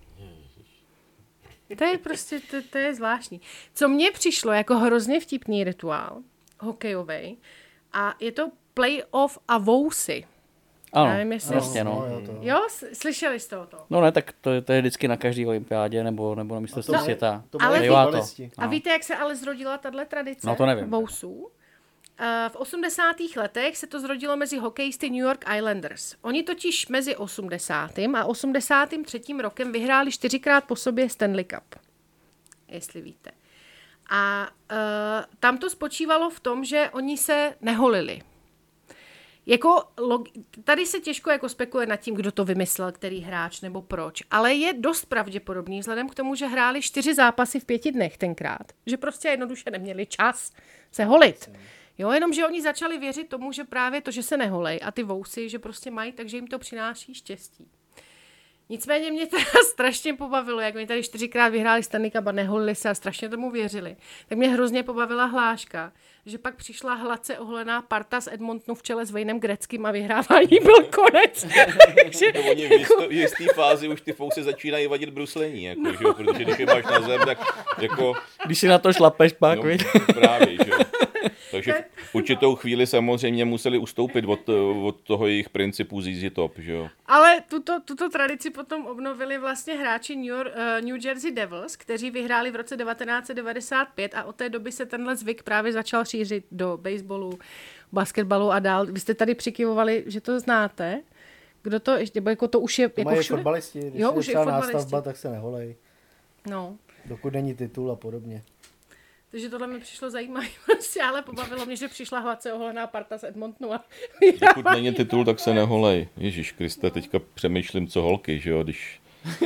To je prostě, to je zvláštní. Co mně přišlo jako hrozně vtipný rituál, hokejovej, a je to playoff a vousy. Ano, nevím, jestli jasně, no. Jo, slyšeli jste o to? No ne, tak to je vždycky na každý olympiádě nebo na mistrovství světa. A víte, jak se ale zrodila tahle tradice? No to nevím. Vousů? V 80. letech se to zrodilo mezi hokejisty New York Islanders. Oni totiž mezi 80. a 83. rokem vyhráli 4krát po sobě Stanley Cup. Jestli víte. A tam to spočívalo v tom, že oni se neholili. Jako, tady se těžko jako spekuluje nad tím, kdo to vymyslel, který hráč nebo proč, ale je dost pravděpodobný vzhledem k tomu, že hráli 4 zápasy v 5 dnech tenkrát, že prostě jednoduše neměli čas se holit. Jo, jenom, že oni začali věřit tomu, že právě to, že se neholej a ty vousy, že prostě mají, takže jim to přináší štěstí. Nicméně mě teda strašně pobavilo, jak oni tady 4krát vyhráli Stanley Cup a neholili se a strašně tomu věřili. Tak mě hrozně pobavila hláška, že pak přišla hladce oholená parta z Edmontonu v čele s Waynem Gretzkym a vyhrávání byl konec. Takže, oni v jisté fázi už ty fousy začínají vadit bruslení, jako, že? Protože když je máš na zem, tak jako... Když si na to šlapeš pak, no, právě, že? Takže v určitou chvíli samozřejmě museli ustoupit od toho jejich principu ZZ Top, že jo. Ale tuto tradici potom obnovili vlastně hráči New Jersey Devils, kteří vyhráli v roce 1995 a od té doby se tenhle zvyk právě začal šířit do baseballu, basketbalu a dál. Vy jste tady přikyvovali, že to znáte. Kdo to ještě, jako to už je to jako mají všude? fotbalisti, když jo, je už třeba je fotbalisti. nástavba, tak se neholej. No. Dokud není titul a podobně. Takže tohle mi přišlo zajímavé, prostě, ale pobavilo mě, že přišla hladce oholená parta z Edmontonu. Dokud není titul, tak se neholej. Ježíš Kriste, teďka přemýšlím, co holky, že jo, když...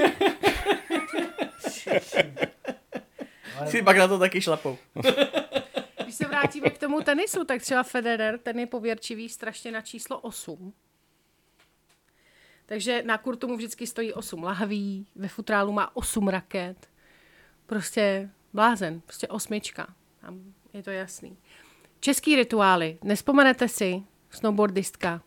Si pak na to taky šlapou. Když se vrátíme k tomu tenisu, tak třeba Federer, ten je pověrčivý strašně na číslo 8. Takže na kurtu mu vždycky stojí 8 lahví, ve futrálu má 8 raket. Prostě blázen, prostě 8. Je to jasný. Český rituály, nespomenete si? Snowboardistka.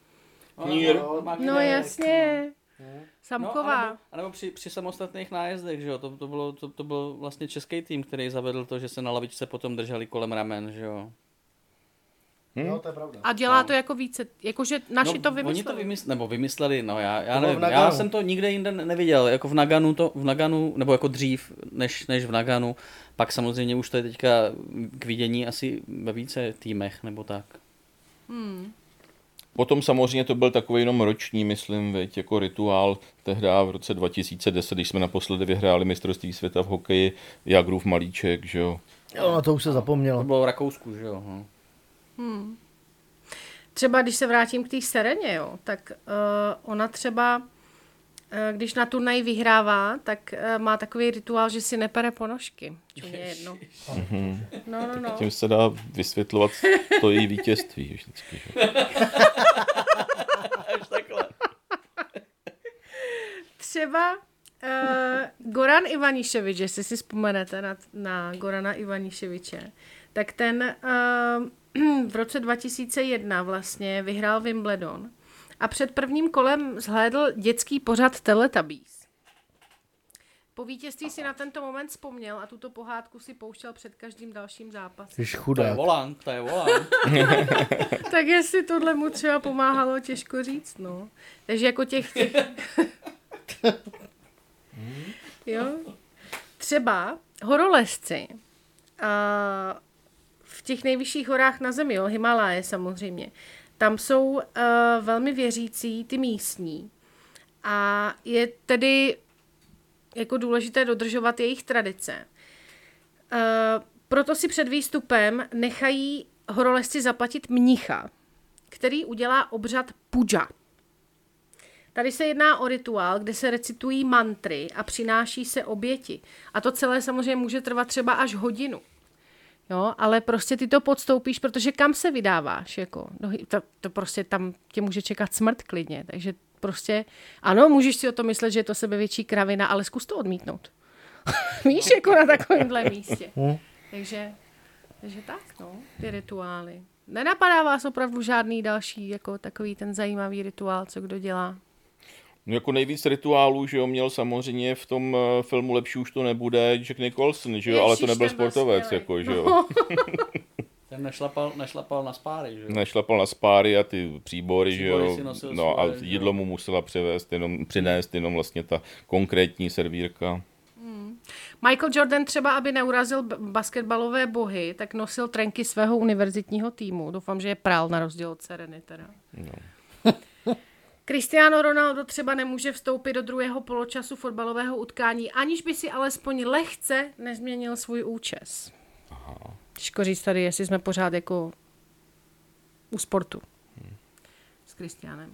No jasně. Samková. No, anebo při samostatných nájezdech, že jo? To byl vlastně český tým, který zavedl to, že se na lavičce potom drželi kolem ramen, že jo? No, to je pravda. A dělá to jako více, jakože naši to vymysleli. Oni to vymysleli, no já nevím, já jsem to nikde jinde neviděl, jako v Naganu, nebo jako dřív, než v Naganu, pak samozřejmě už to je teďka k vidění asi ve více týmech, nebo tak. Potom samozřejmě to byl takový jenom roční, myslím, veď, jako rituál tehdy v roce 2010, když jsme naposledy vyhráli mistrovství světa v hokeji, Jágrův malíček, že jo. Jo, na to už se zapomnělo. To bylo v Rakousku, že jo. Třeba když se vrátím k té Sereně, jo, tak ona třeba, když na turnaji vyhrává, tak má takový rituál, že si nepere ponožky. Čo mě je jedno. No. Tím se dá vysvětlovat to její vítězství vždycky. Že? Až takhle. Třeba Goran Ivaniševič, jestli si vzpomenete na Gorana Ivaniševiče, tak ten v roce 2001 vlastně vyhrál Wimbledon a před prvním kolem zhlédl dětský pořad Teletubbies. Po vítězství si na tento moment vzpomněl a tuto pohádku si pouštěl před každým dalším zápasem. To je volant. Tak jestli tohle mu třeba pomáhalo, těžko říct, no. Takže jako těch... Jo. Třeba horolezci v těch nejvyšších horách na zemi, jo, Himaláje samozřejmě, tam jsou velmi věřící ty místní a je tedy jako důležité dodržovat jejich tradice. Proto si před výstupem nechají horolezci zaplatit mnicha, který udělá obřad puja. Tady se jedná o rituál, kde se recitují mantry a přináší se oběti. A to celé samozřejmě může trvat třeba až hodinu. Jo, ale prostě ty to podstoupíš, protože kam se vydáváš? Jako? To prostě tam tě může čekat smrt klidně. Takže prostě, ano, můžeš si o to myslet, že je to sebevětší kravina, ale zkus to odmítnout. Víš, jako na takovémhle místě. Takže tak, no, ty rituály. Nenapadá vás opravdu žádný další, jako takový ten zajímavý rituál, co kdo dělá? No jako nejvíc rituálů, že jo, měl samozřejmě v tom filmu Lepší už to nebude Jack Nicholson, že jo, ale to nebyl sportovec, jako, že jo. Ten nešlapal na spáry, že jo. Nešlapal na spáry a ty příbory, že jo. No a jídlo mu musela přinést jenom vlastně ta konkrétní servírka. Michael Jordan třeba, aby neurazil basketbalové bohy, tak nosil trenky svého univerzitního týmu. Doufám, že je prál na rozdíl od Sereny teda. No. Cristiano Ronaldo třeba nemůže vstoupit do druhého poločasu fotbalového utkání, aniž by si alespoň lehce nezměnil svůj účes. Aha. Těžko říct tady, jestli jsme pořád jako u sportu. S Cristianem.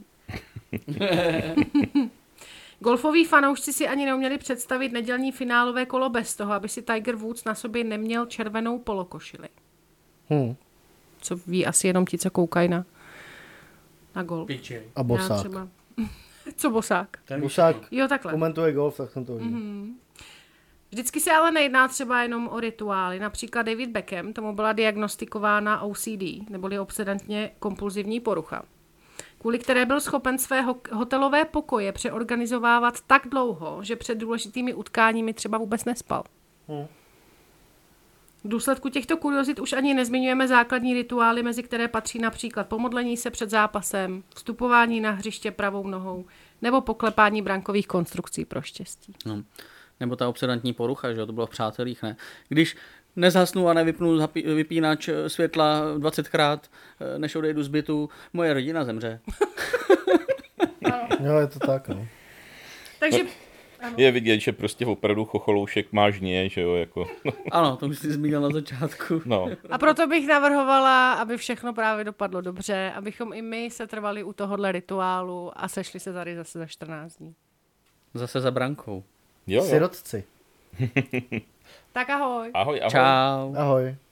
Golfoví fanoušci si ani neuměli představit nedělní finálové kolo bez toho, aby si Tiger Woods na sobě neměl červenou polokošili. Co ví asi jenom ti, co koukají na golf. A bosák. Co bosák? Bosák jo, takhle. Komentuje golf, tak jsem to viděl. Vždycky se ale nejedná třeba jenom o rituály. Například David Beckham, tomu byla diagnostikována OCD, neboli obsedantně kompulzivní porucha, kvůli které byl schopen své hotelové pokoje přeorganizovávat tak dlouho, že před důležitými utkáními třeba vůbec nespal. V důsledku těchto kuriozit už ani nezmiňujeme základní rituály, mezi které patří například pomodlení se před zápasem, vstupování na hřiště pravou nohou nebo poklepání brankových konstrukcí pro štěstí. No. Nebo ta obsedantní porucha, že to bylo v Přátelích, ne? Když nezhasnu a nevypnu vypínač světla 20krát, než odejdu z bytu, moje rodina zemře. Jo, je to tak, no. Takže... Je vidět, že prostě opravdu chocholoušek má žně, že jo, jako. Ano, to už jsi zmínil na začátku. No. A proto bych navrhovala, aby všechno právě dopadlo dobře, abychom i my se trvali u tohohle rituálu a sešli se tady zase za 14 dní. Zase za brankou. Jo. Sirotci. Tak ahoj. Ahoj. Čau. Ahoj.